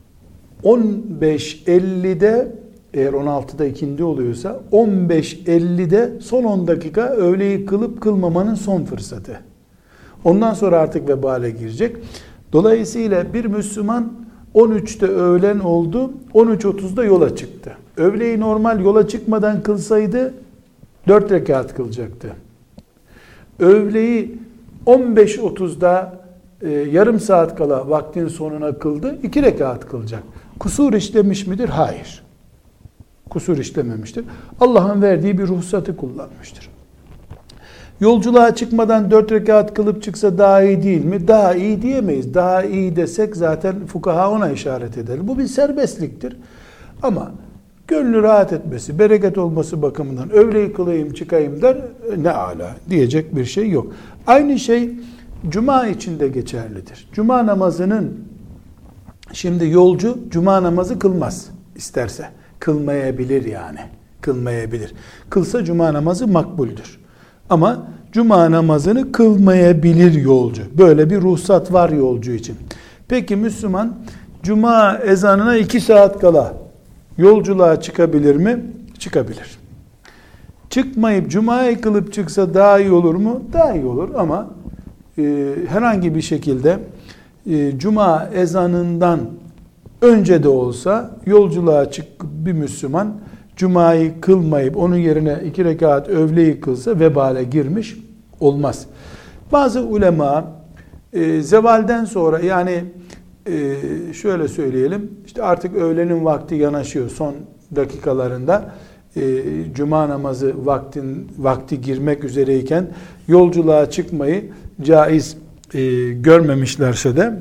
15.50'de, eğer 16'da ikindi oluyorsa 15.50'de son 10 dakika öğleyi kılıp kılmamanın son fırsatı. Ondan sonra artık vebale girecek. Dolayısıyla bir Müslüman 13'te öğlen oldu, 13.30'da yola çıktı. Öğleyi normal yola çıkmadan kılsaydı 4 rekat kılacaktı. Öğleyi 15.30'da yarım saat kala vaktin sonuna kıldı, 2 rekat kılacak. Kusur işlemiş midir? Hayır. Kusur işlememiştir. Allah'ın verdiği bir ruhsatı kullanmıştır. Yolculuğa çıkmadan 4 rekat kılıp çıksa daha iyi değil mi? Daha iyi diyemeyiz. Daha iyi desek zaten fukaha ona işaret eder. Bu bir serbestliktir. Ama gönlü rahat etmesi, bereket olması bakımından öğleyi kılayım çıkayım der, ne ala diyecek bir şey yok. Aynı şey Cuma için de geçerlidir. Cuma namazının, şimdi yolcu cuma namazı kılmaz isterse. Kılmayabilir yani. Kılmayabilir. Kılsa cuma namazı makbuldür. Ama cuma namazını kılmayabilir yolcu. Böyle bir ruhsat var yolcu için. Peki Müslüman cuma ezanına 2 saat kala yolculuğa çıkabilir mi? Çıkabilir. Çıkmayıp cumayı kılıp çıksa daha iyi olur mu? Daha iyi olur ama herhangi bir şekilde cuma ezanından önce de olsa yolculuğa çık bir Müslüman cumayı kılmayıp onun yerine 2 rekat öğleyi kılsa vebale girmiş olmaz. Bazı ulema zevalden sonra, yani şöyle söyleyelim, işte artık öğlenin vakti yanaşıyor son dakikalarında, cuma namazı vakti girmek üzereyken yolculuğa çıkmayı caiz görmemişlerse de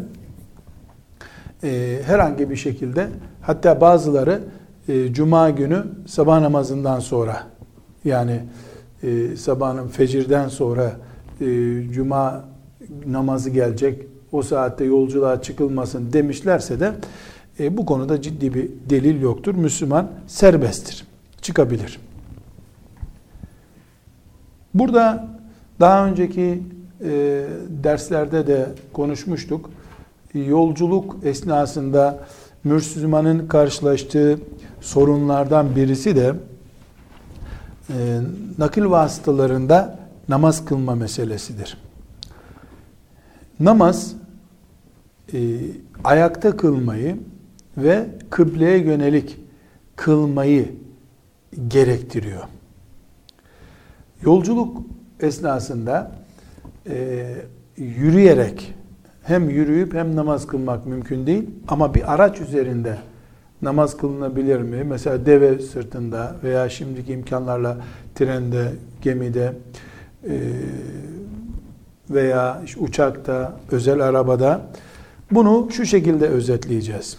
herhangi bir şekilde, hatta bazıları cuma günü sabah namazından sonra, yani sabahın fecirden sonra cuma namazı gelecek, o saatte yolculuğa çıkılmasın demişlerse de bu konuda ciddi bir delil yoktur. Müslüman serbesttir. Çıkabilir. Burada daha önceki derslerde de konuşmuştuk. Yolculuk esnasında Müslümanın karşılaştığı sorunlardan birisi de nakil vasıtalarında namaz kılma meselesidir. Namaz ayakta kılmayı ve kıbleye yönelik kılmayı gerektiriyor. Yolculuk esnasında yürüyerek hem yürüyüp hem namaz kılmak mümkün değil, ama bir araç üzerinde namaz kılınabilir mi? Mesela deve sırtında veya şimdiki imkanlarla trende, gemide veya uçakta, özel arabada. Bunu şu şekilde özetleyeceğiz.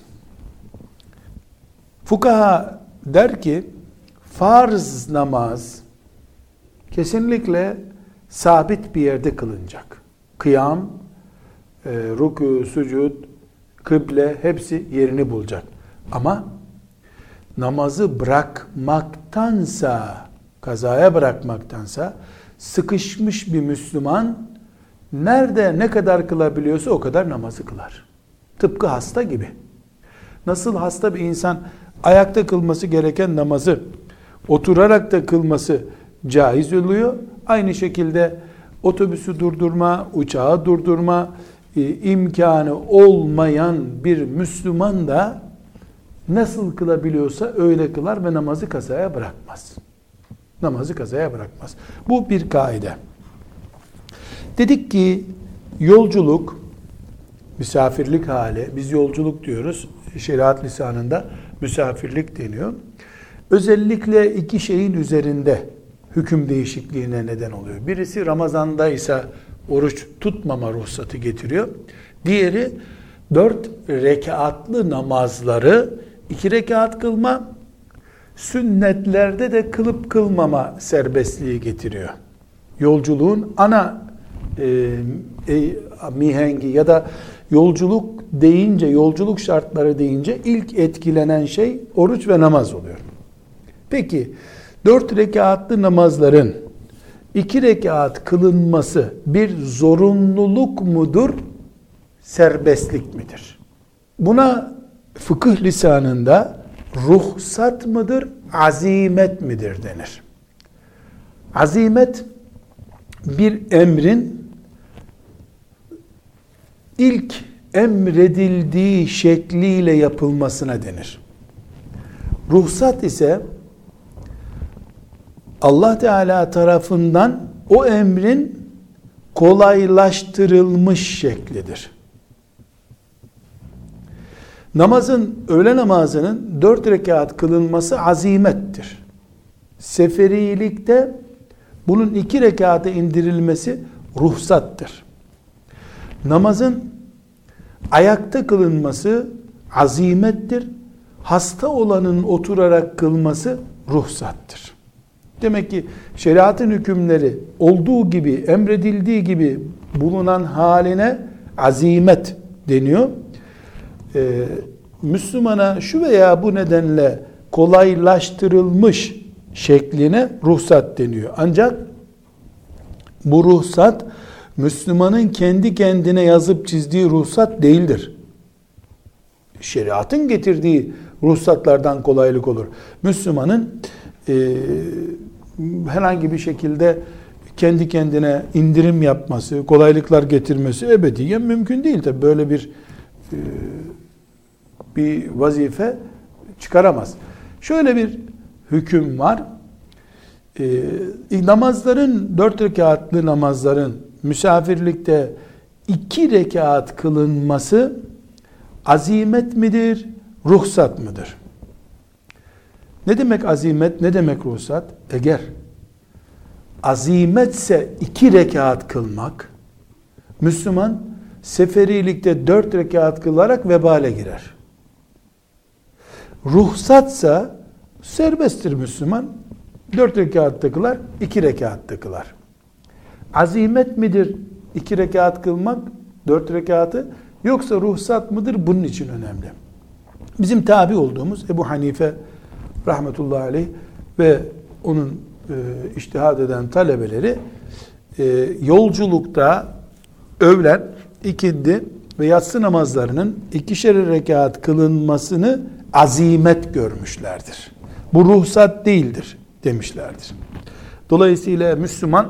Fukaha der ki farz namaz kesinlikle sabit bir yerde kılınacak. Kıyam, rükû, sucud, kıble hepsi yerini bulacak. Ama namazı bırakmaktansa, kazaya bırakmaktansa sıkışmış bir Müslüman nerede ne kadar kılabiliyorsa o kadar namazı kılar. Tıpkı hasta gibi. Nasıl hasta bir insan ayakta kılması gereken namazı oturarak da kılması caiz oluyor, aynı şekilde otobüsü durdurma, uçağı durdurma imkanı olmayan bir Müslüman da nasıl kılabiliyorsa öyle kılar ve namazı kazaya bırakmaz. Namazı kazaya bırakmaz. Bu bir kaide. Dedik ki yolculuk, misafirlik hali, biz yolculuk diyoruz, şeriat lisanında misafirlik deniyor. Özellikle 2 şeyin üzerinde hüküm değişikliğine neden oluyor. Birisi Ramazan'da ise oruç tutmama ruhsatı getiriyor. Diğeri 4 rekatlı namazları 2 rekat kılma, sünnetlerde de kılıp kılmama serbestliği getiriyor. Yolculuğun ana mihengi ya da yolculuk deyince, yolculuk şartları deyince ilk etkilenen şey oruç ve namaz oluyor. Peki 4 rekatlı namazların 2 rekat kılınması bir zorunluluk mudur, serbestlik midir? Buna fıkıh lisanında ruhsat mıdır, azimet midir denir. Azimet bir emrin ilk emredildiği şekliyle yapılmasına denir. Ruhsat ise Allah Teala tarafından o emrin kolaylaştırılmış şeklidir. Öğle namazının 4 rekat kılınması azimettir. Seferilikte bunun 2 rekata indirilmesi ruhsattır. Namazın ayakta kılınması azimettir. Hasta olanın oturarak kılması ruhsattır. Demek ki şeriatın hükümleri olduğu gibi, emredildiği gibi bulunan haline azimet deniyor. Müslümana şu veya bu nedenle kolaylaştırılmış şekline ruhsat deniyor. Ancak bu ruhsat Müslümanın kendi kendine yazıp çizdiği ruhsat değildir. Şeriatın getirdiği ruhsatlardan kolaylık olur. Müslümanın herhangi bir şekilde kendi kendine indirim yapması, kolaylıklar getirmesi ebediyen mümkün değil. Tabi böyle bir vazife çıkaramaz. Şöyle bir hüküm var. Namazların, 4 rekatlı namazların misafirlikte 2 rekat kılınması azimet midir, ruhsat mıdır? Ne demek azimet, ne demek ruhsat? Eğer azimetse 2 rekat kılmak, Müslüman seferilikte 4 rekat kılarak vebale girer. Ruhsatsa serbesttir Müslüman. 4 rekatta kılar, 2 rekatta kılar. Azimet midir 2 rekat kılmak, 4 rekatı, yoksa ruhsat mıdır? Bunun için önemli. Bizim tabi olduğumuz Ebu Hanife rahmetullahi aleyh ve onun içtihad eden talebeleri yolculukta öğlen, ikindi ve yatsı namazlarının 2'şer rekat kılınmasını azimet görmüşlerdir. Bu ruhsat değildir demişlerdir. Dolayısıyla Müslüman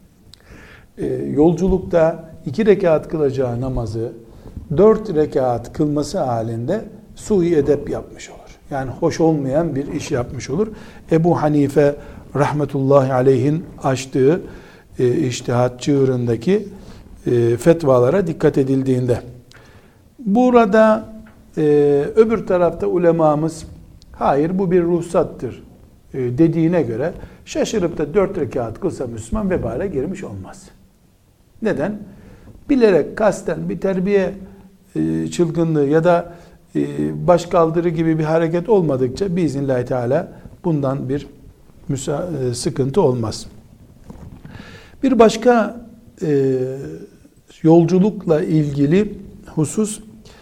yolculukta 2 rekat kılacağı namazı 4 rekat kılması halinde sui edep yapmış olur. Yani hoş olmayan bir iş yapmış olur. Ebu Hanife rahmetullahi aleyhin açtığı içtihat çığırındaki fetvalara dikkat edildiğinde, burada öbür tarafta ulemamız hayır bu bir ruhsattır dediğine göre şaşırıp da 4 rekat kılsa Müslüman vebale girmiş olmaz. Neden? Bilerek kasten bir terbiye çılgınlığı ya da başkaldırı gibi bir hareket olmadıkça biiznillahü teala bundan bir sıkıntı olmaz. Bir başka yolculukla ilgili husus,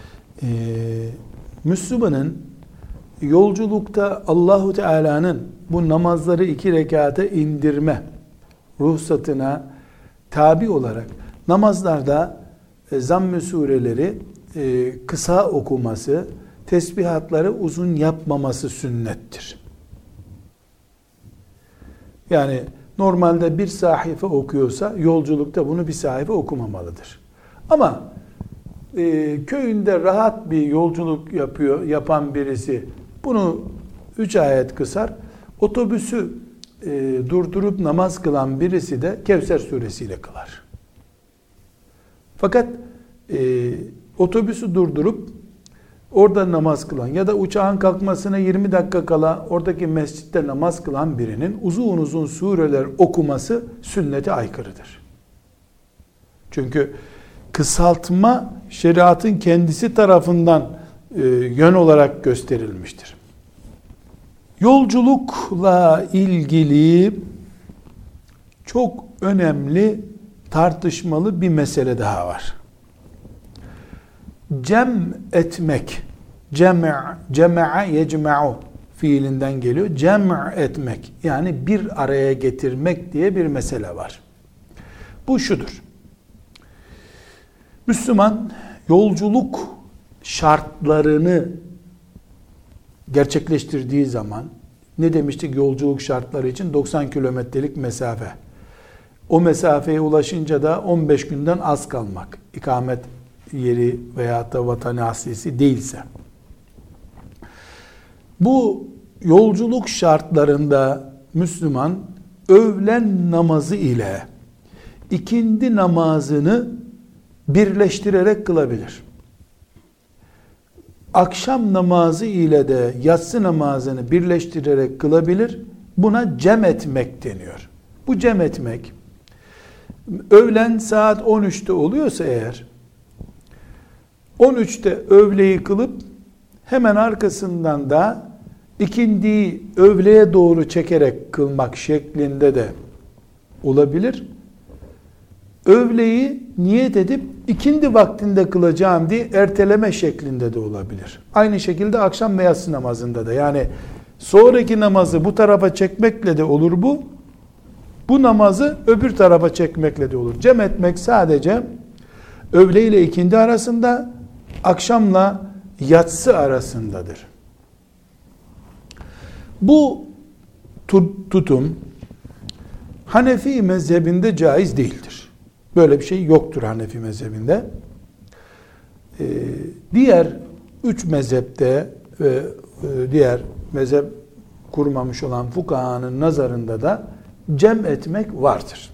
Müslümanın yolculukta Allahu Teala'nın bu namazları 2 rekata indirme ruhsatına tabi olarak namazlarda zamm-ı sureleri kısa okuması, tesbihatları uzun yapmaması sünnettir. Yani normalde bir sayfa okuyorsa yolculukta bunu bir sayfa okumamalıdır. Ama köyünde rahat bir yolculuk yapan birisi bunu 3 ayet kısar. Otobüsü durdurup namaz kılan birisi de Kevser suresiyle kılar. Fakat otobüsü durdurup orada namaz kılan ya da uçağın kalkmasına 20 dakika kala oradaki mescitte namaz kılan birinin uzun uzun sureler okuması sünnete aykırıdır. Çünkü kısaltma şeriatın kendisi tarafından yön olarak gösterilmiştir. Yolculukla ilgili çok önemli, tartışmalı bir mesele daha var. Cem etmek, cema'a yecma'u fiilinden geliyor. Cem etmek, yani bir araya getirmek diye bir mesele var. Bu şudur. Müslüman yolculuk şartlarını gerçekleştirdiği zaman, ne demiştik yolculuk şartları için? 90 kilometrelik mesafe. O mesafeye ulaşınca da 15 günden az kalmak. İkamet yeri veya da vatan-ı aslisi değilse. Bu yolculuk şartlarında Müslüman öğlen namazı ile ikindi namazını birleştirerek kılabilir. Akşam namazı ile de yatsı namazını birleştirerek kılabilir. Buna cem etmek deniyor. Bu cem etmek, öğlen saat 13'te oluyorsa eğer, 13'te öğleyi kılıp hemen arkasından da ikindiyi öğleye doğru çekerek kılmak şeklinde de olabilir. öğleyi niyet edip ikindi vaktinde kılacağım diye erteleme şeklinde de olabilir. Aynı şekilde akşam ve yatsı namazında da, yani sonraki namazı bu tarafa çekmekle de olur bu. Bu namazı öbür tarafa çekmekle de olur. Cem etmek sadece öğle ile ikindi arasında, akşamla yatsı arasındadır. Bu tutum Hanefi mezhebinde caiz değildir. Böyle bir şey yoktur Hanefi mezhebinde. Diğer 3 mezhepte ve diğer mezhep kurmamış olan fukahanın nazarında da cem etmek vardır.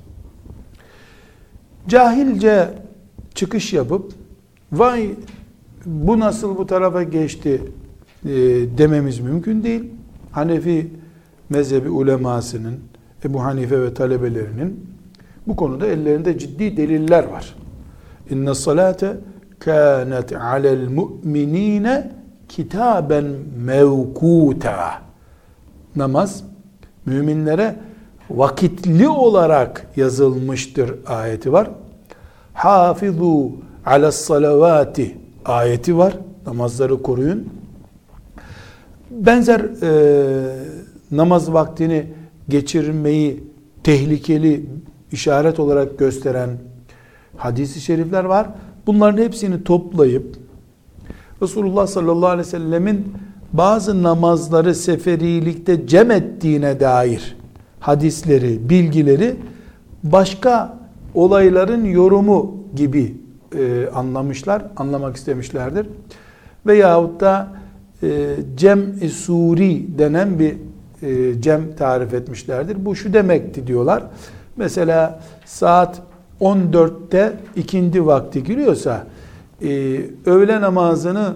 Cahilce çıkış yapıp vay bu nasıl bu tarafa geçti dememiz mümkün değil. Hanefi mezhebi ulemasının, Ebu Hanife ve talebelerinin bu konuda ellerinde ciddi deliller var. İnne salate kânet alel mu'minîne kitaben mevkûta. Namaz müminlere vakitli olarak yazılmıştır ayeti var. Hafizû alas-salavati ayeti var. Namazları koruyun. Benzer namaz vaktini geçirmeyi tehlikeli işaret olarak gösteren hadis-i şerifler var. Bunların hepsini toplayıp Resulullah sallallahu aleyhi ve sellemin bazı namazları seferilikte cem ettiğine dair hadisleri, bilgileri başka olayların yorumu gibi anlamak istemişlerdir. Veyahut da cem-i suri denen bir cem tarif etmişlerdir. Bu şu demekti diyorlar. Mesela saat 14'te ikindi vakti giriyorsa öğle namazını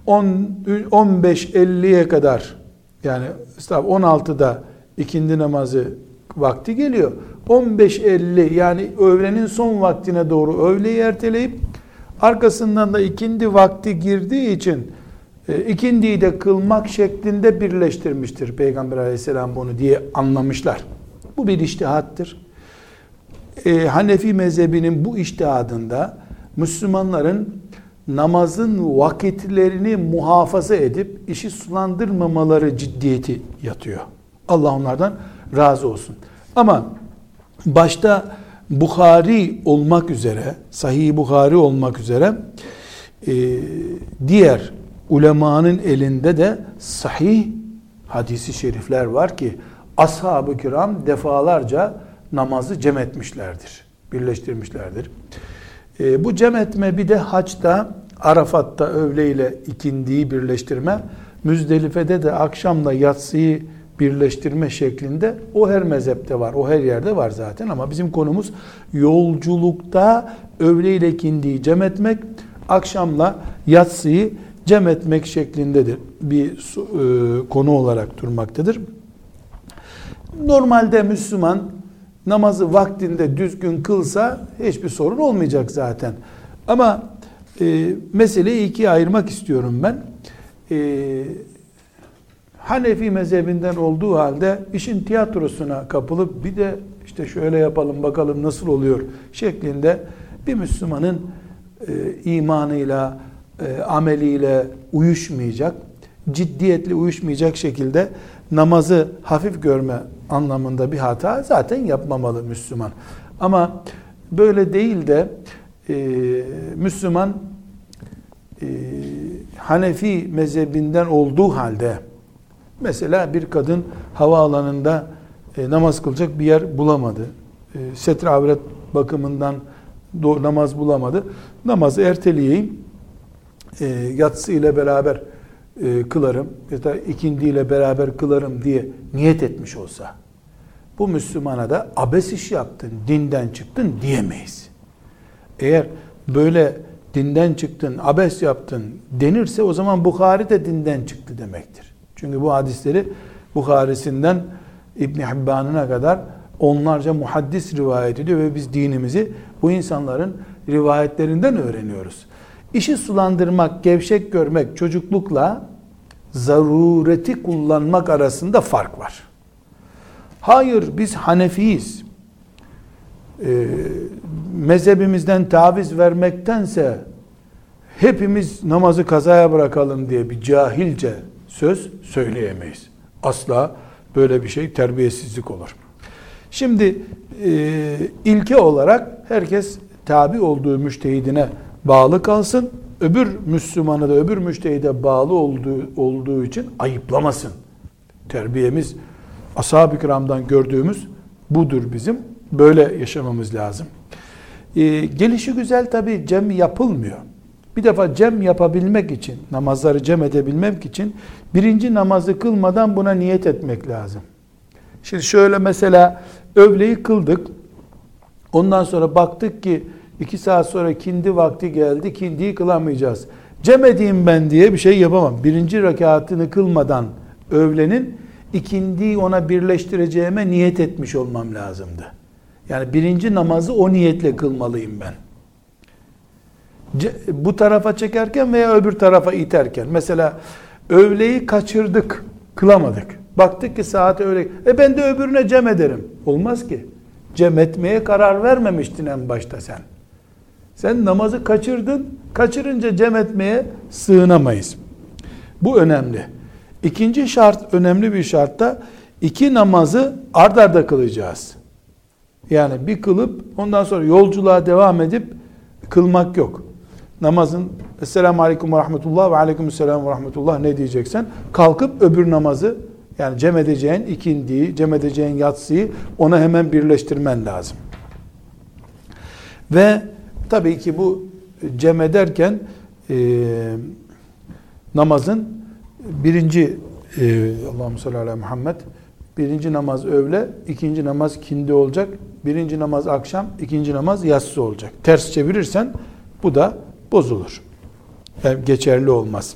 15.50'ye kadar, yani 16'da ikindi namazı vakti geliyor. 15.50 yani öğlenin son vaktine doğru öğleyi erteleyip arkasından da ikindi vakti girdiği için ikindiyi de kılmak şeklinde birleştirmiştir Peygamber aleyhisselam bunu diye anlamışlar. Bu bir içtihattır. Hanefi mezhebinin bu içtihadında Müslümanların namazın vakitlerini muhafaza edip işi sulandırmamaları ciddiyeti yatıyor. Allah onlardan razı olsun. Ama başta Bukhari olmak üzere, Sahih Bukhari olmak üzere diğer ulemanın elinde de sahih hadisi şerifler var ki ashab-ı kiram defalarca namazı cem etmişlerdir, birleştirmişlerdir. Bu cem etme bir de haçta, Arafat'ta öğle ile ikindiyi birleştirme, Müzdelife'de de akşamla yatsıyı birleştirme şeklinde o her mezhepte var, o her yerde var zaten, ama bizim konumuz yolculukta öğle ile ikindiyi cem etmek, akşamla yatsıyı cem etmek şeklindedir. Bir konu olarak durmaktadır. Normalde Müslüman namazı vaktinde düzgün kılsa hiçbir sorun olmayacak zaten. Ama meseleyi ikiye ayırmak istiyorum ben. Hanefi mezhebinden olduğu halde işin tiyatrosuna kapılıp bir de işte şöyle yapalım bakalım nasıl oluyor şeklinde bir Müslümanın imanıyla, ameliyle uyuşmayacak, ciddiyetle uyuşmayacak şekilde namazı hafif görme anlamında bir hata zaten yapmamalı Müslüman. Ama böyle değil de Müslüman Hanefi mezhebinden olduğu halde, mesela bir kadın havaalanında namaz kılacak bir yer bulamadı. Setre avret bakımından namaz bulamadı. Namazı erteleyeyim, yatsı ile beraber kılarım ya da ikindi ile beraber kılarım diye niyet etmiş olsa, bu Müslümana da abes iş yaptın, dinden çıktın diyemeyiz. Eğer böyle dinden çıktın, abes yaptın denirse o zaman Bukhari de dinden çıktı demektir. Çünkü bu hadisleri Bukhari'sinden İbn Hibban'ına kadar onlarca muhaddis rivayet ediyor ve biz dinimizi bu insanların rivayetlerinden öğreniyoruz. İşi sulandırmak, gevşek görmek, çocuklukla zarureti kullanmak arasında fark var. Hayır, biz Hanefiyiz. mezhebimizden taviz vermektense hepimiz namazı kazaya bırakalım diye bir cahilce söz söyleyemeyiz. Asla böyle bir şey terbiyesizlik olur. Şimdi ilke olarak herkes tabi olduğu müştehidine bağlı kalsın. Öbür Müslümanı da öbür müştehide bağlı olduğu için ayıplamasın. Terbiyemiz ashab-ı kiramdan gördüğümüz budur bizim. Böyle yaşamamız lazım. Gelişi güzel tabii cem yapılmıyor. Bir defa cem yapabilmek için, namazları cem edebilmek için birinci namazı kılmadan buna niyet etmek lazım. Şimdi şöyle mesela öğleyi kıldık. Ondan sonra baktık ki 2 saat sonra kindi vakti geldi. Kindiyi kılamayacağız. Cem edeyim ben diye bir şey yapamam. Birinci rekatını kılmadan öğlenin ikindiyi ona birleştireceğime niyet etmiş olmam lazımdı. Yani birinci namazı o niyetle kılmalıyım ben. Bu tarafa çekerken veya öbür tarafa iterken. Mesela öğleyi kaçırdık, kılamadık. Baktık ki saat öğle. Ben de öbürüne cem ederim. Olmaz ki. Cem etmeye karar vermemiştin en başta sen. Sen namazı kaçırdın. Kaçırınca cem etmeye sığınamayız. Bu önemli. İkinci şart, önemli bir şart da 2 namazı ard arda kılacağız. Yani bir kılıp ondan sonra yolculuğa devam edip kılmak yok. Namazın Esselamu Aleyküm ve Rahmetullah ve Aleykümselam ve Rahmetullah ne diyeceksen kalkıp öbür namazı yani cem edeceğin ikindiyi, cem edeceğin yatsıyı ona hemen birleştirmen lazım. Ve tabii ki bu cem ederken namazın birinci Allahümme salli ala Muhammed birinci namaz öğle, ikinci namaz kindi olacak. Birinci namaz akşam, ikinci namaz yatsı olacak. Ters çevirirsen bu da bozulur. Yani geçerli olmaz.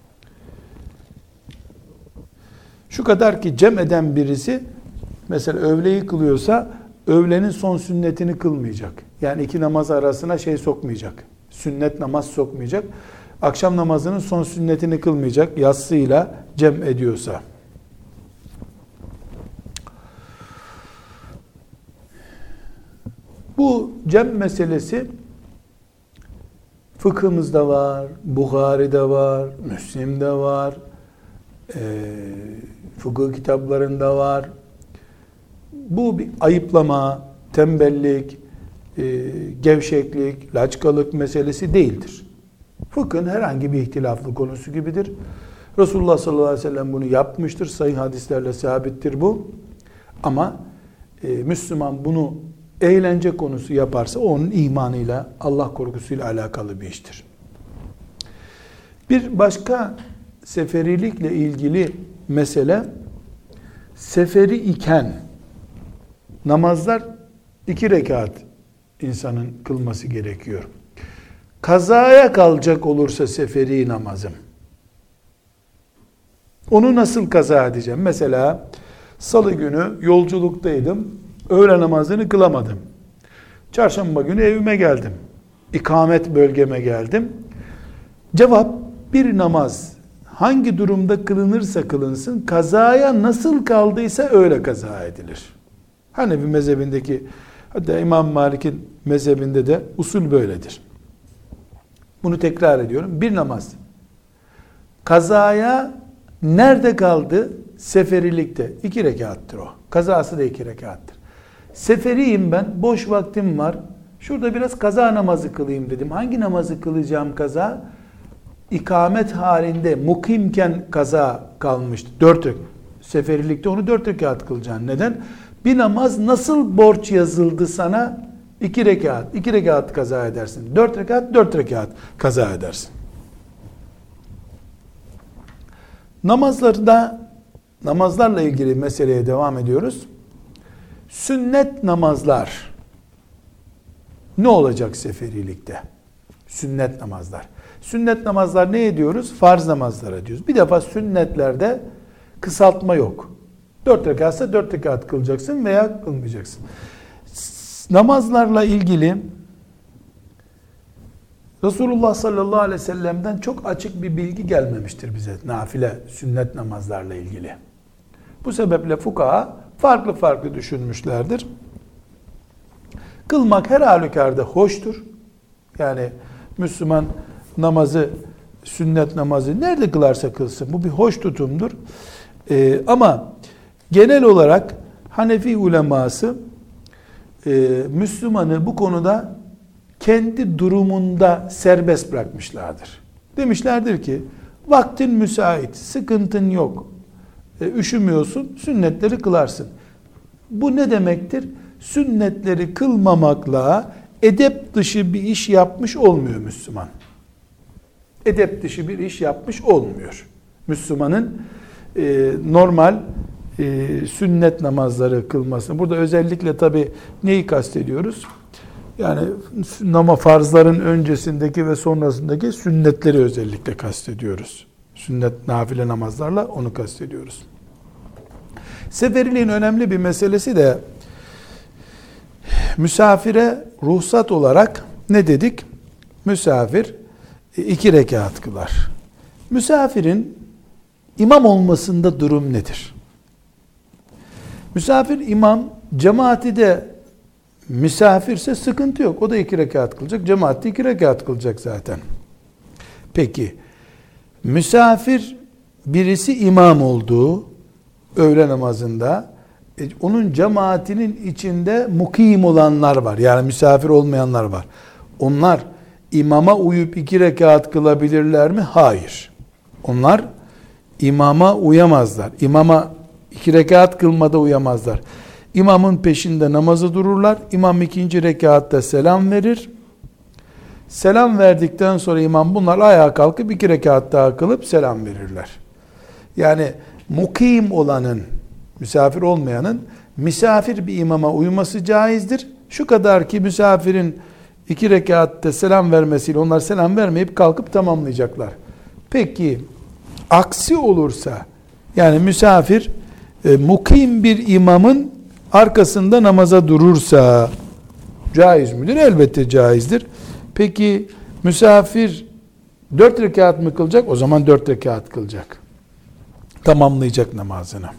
Şu kadar ki cem eden birisi mesela öğleyi kılıyorsa öğlenin son sünnetini kılmayacak. Yani 2 namaz arasına sokmayacak. Sünnet namaz sokmayacak. Akşam namazının son sünnetini kılmayacak. Yatsıyla cem ediyorsa. Bu cem meselesi fıkhımızda var, Buhari'de var, Müslim'de var, fıkıh kitaplarında var. Bu bir ayıplama, tembellik, gevşeklik, laçkalık meselesi değildir. Fıkhın herhangi bir ihtilaflı konusu gibidir. Resulullah sallallahu aleyhi ve sellem bunu yapmıştır. Sahih hadislerle sabittir bu. Ama Müslüman bunu eğlence konusu yaparsa onun imanıyla, Allah korkusuyla alakalı bir iştir. Bir başka seferilikle ilgili mesele, seferi iken namazlar 2 rekat insanın kılması gerekiyor. Kazaya kalacak olursa seferi namazım, onu nasıl kaza edeceğim? Mesela salı günü yolculuktaydım, öğle namazını kılamadım. Çarşamba günü evime geldim. İkamet bölgeme geldim. Cevap, bir namaz hangi durumda kılınırsa kılınsın, kazaya nasıl kaldıysa öyle kaza edilir. Hanefi mezhebindeki, hatta İmam Malik'in mezhebinde de usul böyledir. Bunu tekrar ediyorum. Bir namaz kazaya nerede kaldı? Seferilikte. 2 rekattır o. Kazası da 2 rekattır. Seferiyim ben, boş vaktim var. Şurada biraz kaza namazı kılayım dedim. Hangi namazı kılacağım kaza? İkamet halinde, mukimken kaza kalmıştı. 4 rekat. Seferilikte onu 4 rekat kılacaksın. Neden? Bir namaz nasıl borç yazıldı sana? 2 rekat. 2 rekat kaza edersin. 4 rekat, 4 rekat kaza edersin. Namazlarla ilgili meseleye devam ediyoruz. Sünnet namazlar ne olacak seferilikte? Sünnet namazlar. Sünnet namazlar ne ediyoruz? Farz namazlara diyoruz. Bir defa sünnetlerde kısaltma yok. 4 rekatsa 4 rekat kılacaksın veya kılmayacaksın. Namazlarla ilgili Resulullah sallallahu aleyhi ve sellem'den çok açık bir bilgi gelmemiştir bize nafile sünnet namazlarla ilgili. Bu sebeple fukaha farklı düşünmüşlerdir. Kılmak her halükarda hoştur. Yani Müslüman namazı, sünnet namazı nerede kılarsa kılsın. Bu bir hoş tutumdur. Ama genel olarak Hanefi uleması Müslümanı bu konuda kendi durumunda serbest bırakmışlardır. Demişlerdir ki vaktin müsait, sıkıntın yok, üşümüyorsun, sünnetleri kılarsın. Bu ne demektir? Sünnetleri kılmamakla edep dışı bir iş yapmış olmuyor Müslüman. Edep dışı bir iş yapmış olmuyor. Müslümanın normal sünnet namazları kılması. Burada özellikle tabi neyi kastediyoruz? Yani farzların öncesindeki ve sonrasındaki sünnetleri özellikle kastediyoruz. Sünnet nafile namazlarla onu kastediyoruz. Seferiliğin önemli bir meselesi de misafire ruhsat olarak ne dedik? Misafir 2 rekat kılar. Misafirin imam olmasında durum nedir? Misafir imam, cemaati de misafirse sıkıntı yok. O da 2 rekat kılacak. Cemaat de 2 rekat kılacak zaten. Peki, misafir birisi imam olduğu öğle namazında, onun cemaatinin içinde mukim olanlar var. Yani misafir olmayanlar var. Onlar imama uyup 2 rekat kılabilirler mi? Hayır. Onlar imama uyamazlar. İmama 2 rekat kılmada uyamazlar. İmamın peşinde namazı dururlar. İmam 2. rekatta selam verir. Selam verdikten sonra imam bunlar ayağa kalkıp 2 rekat daha kılıp selam verirler. Yani mukim olanın, misafir olmayanın misafir bir imama uyması caizdir. Şu kadar ki misafirin 2 rekatta selam vermesiyle onlar selam vermeyip kalkıp tamamlayacaklar. Peki aksi olursa, yani misafir mukim bir imamın arkasında namaza durursa caiz midir? Elbette caizdir. Peki misafir 4 rekat mı kılacak? O zaman 4 rekat kılacak. Tamamlayacak namazını.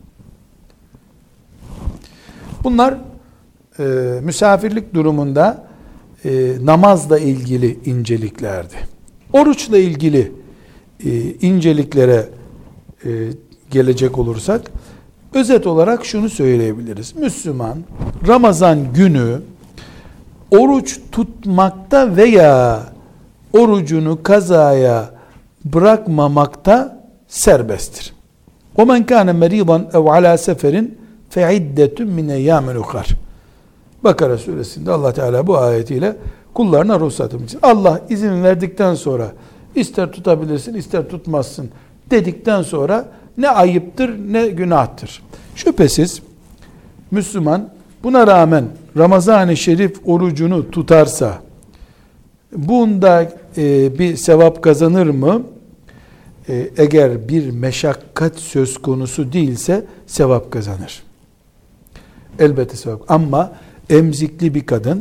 Bunlar misafirlik durumunda namazla ilgili inceliklerdi. Oruçla ilgili inceliklere gelecek olursak, özet olarak şunu söyleyebiliriz. Müslüman Ramazan günü oruç tutmakta veya orucunu kazaya bırakmamakta serbesttir. وَمَنْ كَانَ مَرِيضًا اَوْ عَلَى سَفَرٍ فَعِدَّةٌ مِنْ اَيَّامٍ اُخَرٍ. Bakara suresinde Allah Teala bu ayetiyle kullarına ruhsat etmiş. Allah izin verdikten sonra ister tutabilirsin ister tutmazsın dedikten sonra ne ayıptır ne günahtır. Şüphesiz Müslüman buna rağmen Ramazan-ı Şerif orucunu tutarsa bunda bir sevap kazanır mı? Eğer bir meşakkat söz konusu değilse sevap kazanır. Elbette sevap. Ama emzikli bir kadın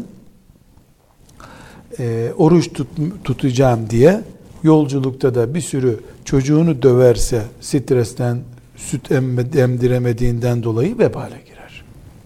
oruç tutacağım diye yolculukta da bir sürü çocuğunu döverse stresten, süt emdiremediğinden dolayı vebale girer.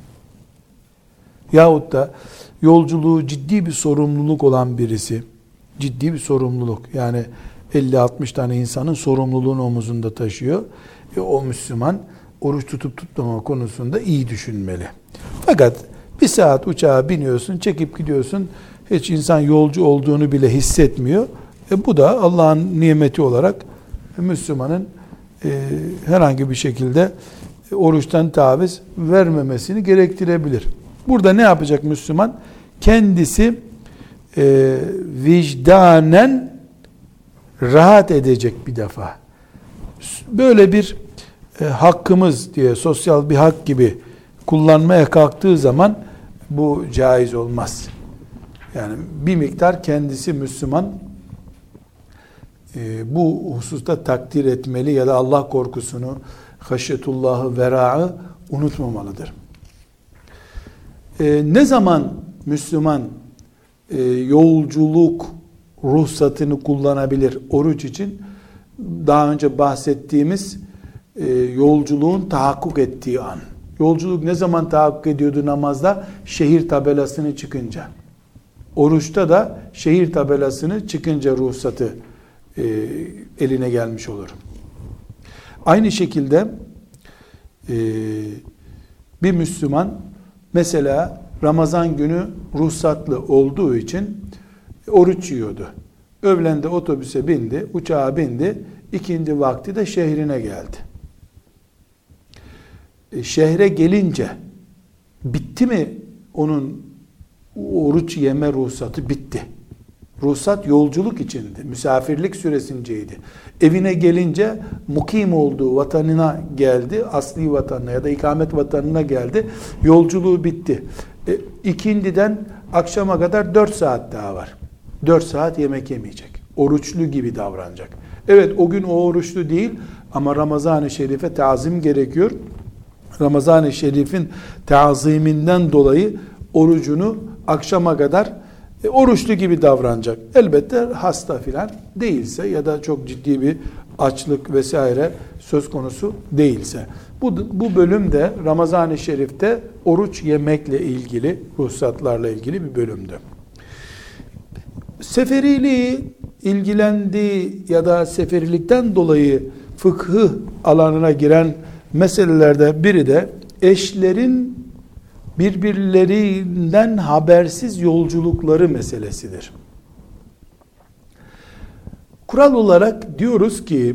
Yahut da yolculuğu ciddi bir sorumluluk olan birisi, ciddi bir sorumluluk, yani 50-60 tane insanın sorumluluğunu omuzunda taşıyor. O Müslüman oruç tutup tutmama konusunda iyi düşünmeli. Fakat bir saat uçağa biniyorsun, çekip gidiyorsun, hiç insan yolcu olduğunu bile hissetmiyor. Bu da Allah'ın nimeti olarak Müslümanın herhangi bir şekilde oruçtan taviz vermemesini gerektirebilir. Burada ne yapacak Müslüman? Kendisi vicdanen rahat edecek bir defa. Böyle bir hakkımız diye, sosyal bir hak gibi kullanmaya kalktığı zaman bu caiz olmaz. Yani bir miktar kendisi Müslüman bu hususta takdir etmeli ya da Allah korkusunu, haşyetullahı, verağı unutmamalıdır. Ne zaman Müslüman yolculuk ruhsatını kullanabilir oruç için? Daha önce bahsettiğimiz yolculuğun tahakkuk ettiği an. Yolculuk ne zaman tahakkuk ediyordu namazda? Şehir tabelasını çıkınca. Oruçta da şehir tabelasını çıkınca ruhsatı eline gelmiş olur. Aynı şekilde bir Müslüman mesela Ramazan günü ruhsatlı olduğu için oruç yiyordu. Öğlende otobüse bindi, uçağa bindi, ikindi vakti de şehrine geldi. Şehre gelince bitti mi onun oruç yeme ruhsatı? Bitti. Ruhsat yolculuk içindi, misafirlik süresindeydi. Evine gelince mukim olduğu vatanına geldi, asli vatanına ya da ikamet vatanına geldi. Yolculuğu bitti. İkindiden akşama kadar 4 saat daha var. 4 saat yemek yemeyecek. Oruçlu gibi davranacak. Evet, o gün o oruçlu değil ama Ramazan-ı Şerif'e tazim gerekiyor. Ramazan-ı Şerif'in taziminden dolayı orucunu akşama kadar oruçlu gibi davranacak. Elbette hasta filan değilse ya da çok ciddi bir açlık vesaire söz konusu değilse. Bu bölümde Ramazan-ı Şerif'te oruç yemekle ilgili, ruhsatlarla ilgili bir bölümdü. Seferiliği ilgilendiği ya da seferilikten dolayı fıkhı alanına giren meselelerde biri de eşlerin birbirlerinden habersiz yolculukları meselesidir. Kural olarak diyoruz ki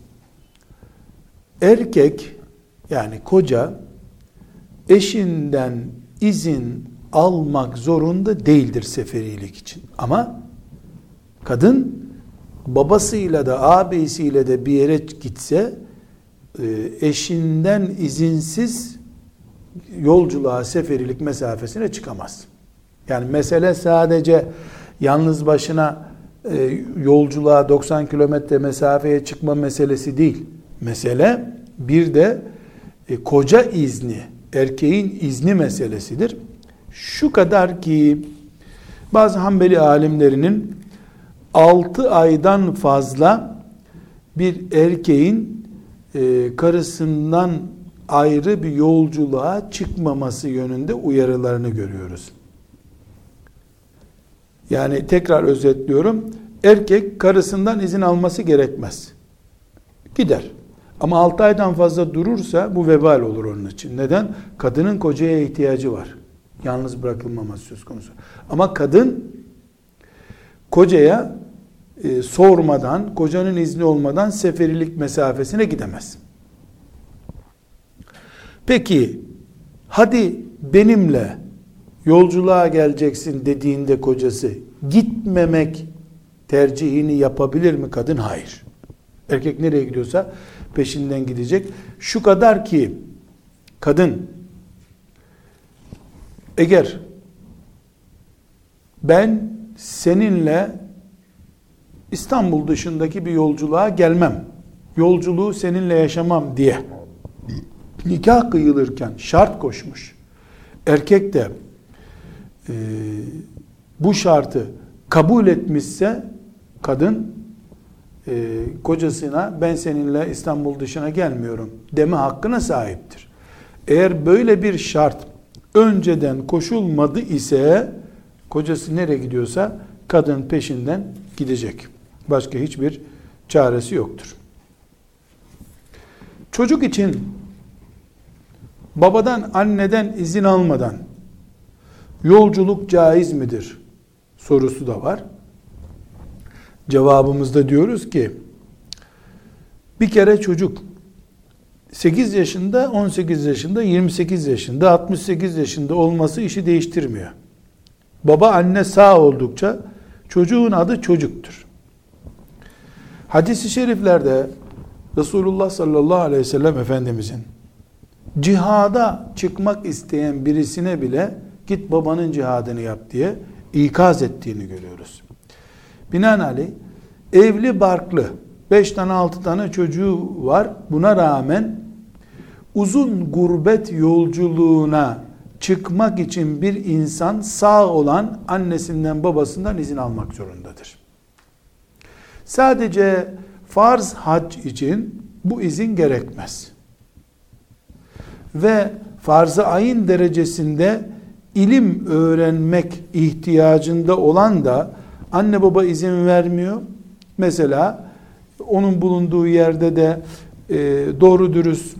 erkek yani koca eşinden izin almak zorunda değildir seferilik için. Ama kadın babasıyla da ağabeyisiyle de bir yere gitse eşinden izinsiz yolculuğa, seferilik mesafesine çıkamaz. Yani mesele sadece yalnız başına yolculuğa 90 kilometre mesafeye çıkma meselesi değil. Mesele bir de koca izni, erkeğin izni meselesidir. Şu kadar ki bazı Hanbeli alimlerinin 6 aydan fazla bir erkeğin karısından ayrı bir yolculuğa çıkmaması yönünde uyarılarını görüyoruz. Yani tekrar özetliyorum. Erkek karısından izin alması gerekmez. Gider. Ama 6 aydan fazla durursa bu vebal olur onun için. Neden? Kadının kocaya ihtiyacı var. Yalnız bırakılmaması söz konusu. Ama kadın kocaya sormadan, kocanın izni olmadan seferilik mesafesine gidemez. Peki, hadi benimle yolculuğa geleceksin dediğinde kocası gitmemek tercihini yapabilir mi kadın? Hayır. Erkek nereye gidiyorsa peşinden gidecek. Şu kadar ki kadın eğer ben seninle İstanbul dışındaki bir yolculuğa gelmem, yolculuğu seninle yaşamam diye nikah kıyılırken şart koşmuş. Erkek de bu şartı kabul etmişse kadın kocasına ben seninle İstanbul dışına gelmiyorum deme hakkına sahiptir. Eğer böyle bir şart önceden koşulmadı ise kocası nereye gidiyorsa kadın peşinden gidecek. Başka hiçbir çaresi yoktur. Çocuk için babadan, anneden izin almadan yolculuk caiz midir sorusu da var. Cevabımızda diyoruz ki bir kere çocuk 8 yaşında, 18 yaşında, 28 yaşında, 68 yaşında olması işi değiştirmiyor. Baba anne sağ oldukça çocuğun adı çocuktur. Hadis-i şeriflerde Resulullah sallallahu aleyhi ve sellem Efendimizin cihada çıkmak isteyen birisine bile git babanın cihadını yap diye ikaz ettiğini görüyoruz. Binaenaleyh evli barklı 5 tane 6 tane çocuğu var. Buna rağmen uzun gurbet yolculuğuna çıkmak için bir insan sağ olan annesinden babasından izin almak zorundadır. Sadece farz hac için bu izin gerekmez. Ve farz-ı ayın derecesinde ilim öğrenmek ihtiyacında olan da anne baba izin vermiyor. Mesela onun bulunduğu yerde de doğru dürüst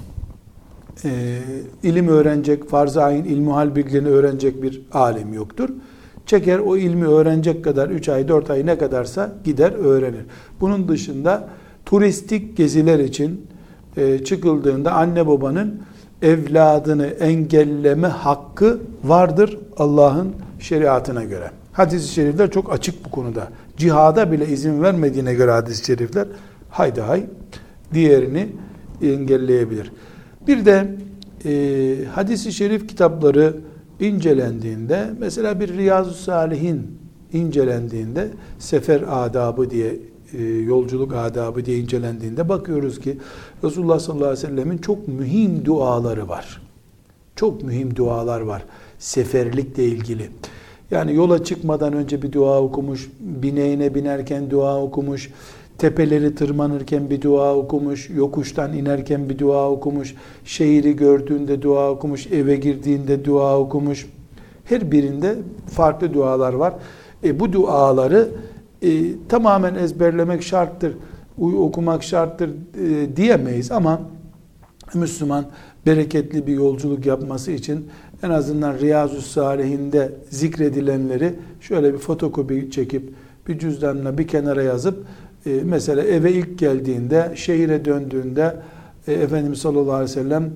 ilim öğrenecek, farz-ı ayın ilmuhal bilgilerini öğrenecek bir alim yoktur. Çeker o ilmi öğrenecek kadar 3 ay 4 ay ne kadarsa gider öğrenir. Bunun dışında turistik geziler için çıkıldığında anne babanın evladını engelleme hakkı vardır Allah'ın şeriatına göre. Hadis-i şerifler çok açık bu konuda. Cihada bile izin vermediğine göre hadis-i şerifler haydi hay diğerini engelleyebilir. Bir de hadis-i şerif kitapları incelendiğinde, mesela bir Riyazu Salihin incelendiğinde, sefer adabı diye, yolculuk adabı diye incelendiğinde bakıyoruz ki Resulullah sallallahu aleyhi ve sellemin çok mühim duaları var. Çok mühim dualar var seferlikle ilgili. Yani yola çıkmadan önce bir dua okumuş, bineğine binerken dua okumuş, tepeleri tırmanırken bir dua okumuş, yokuştan inerken bir dua okumuş, şehri gördüğünde dua okumuş, eve girdiğinde dua okumuş. Her birinde farklı dualar var. Bu duaları tamamen ezberlemek şarttır, okumak şarttır diyemeyiz ama Müslüman bereketli bir yolculuk yapması için en azından Riyazu Salihinde zikredilenleri şöyle bir fotokopi çekip bir cüzdanına bir kenara yazıp mesela eve ilk geldiğinde, şehire döndüğünde Efendimiz sallallahu aleyhi ve sellem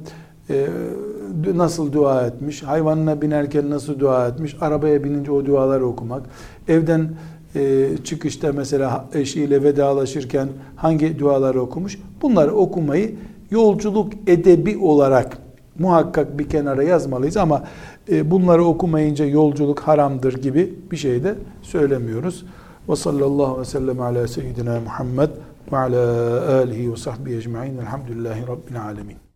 nasıl dua etmiş, hayvanına binerken nasıl dua etmiş, arabaya binince o duaları okumak, evden çıkışta mesela eşiyle vedalaşırken hangi duaları okumuş, bunları okumayı yolculuk edebi olarak muhakkak bir kenara yazmalıyız ama bunları okumayınca yolculuk haramdır gibi bir şey de söylemiyoruz. Ve sallallahu aleyhi ve sellem ala seyyidina Muhammed ve ala alihi ve sahbihi ecma'in. Elhamdülillahi Rabbil alemin.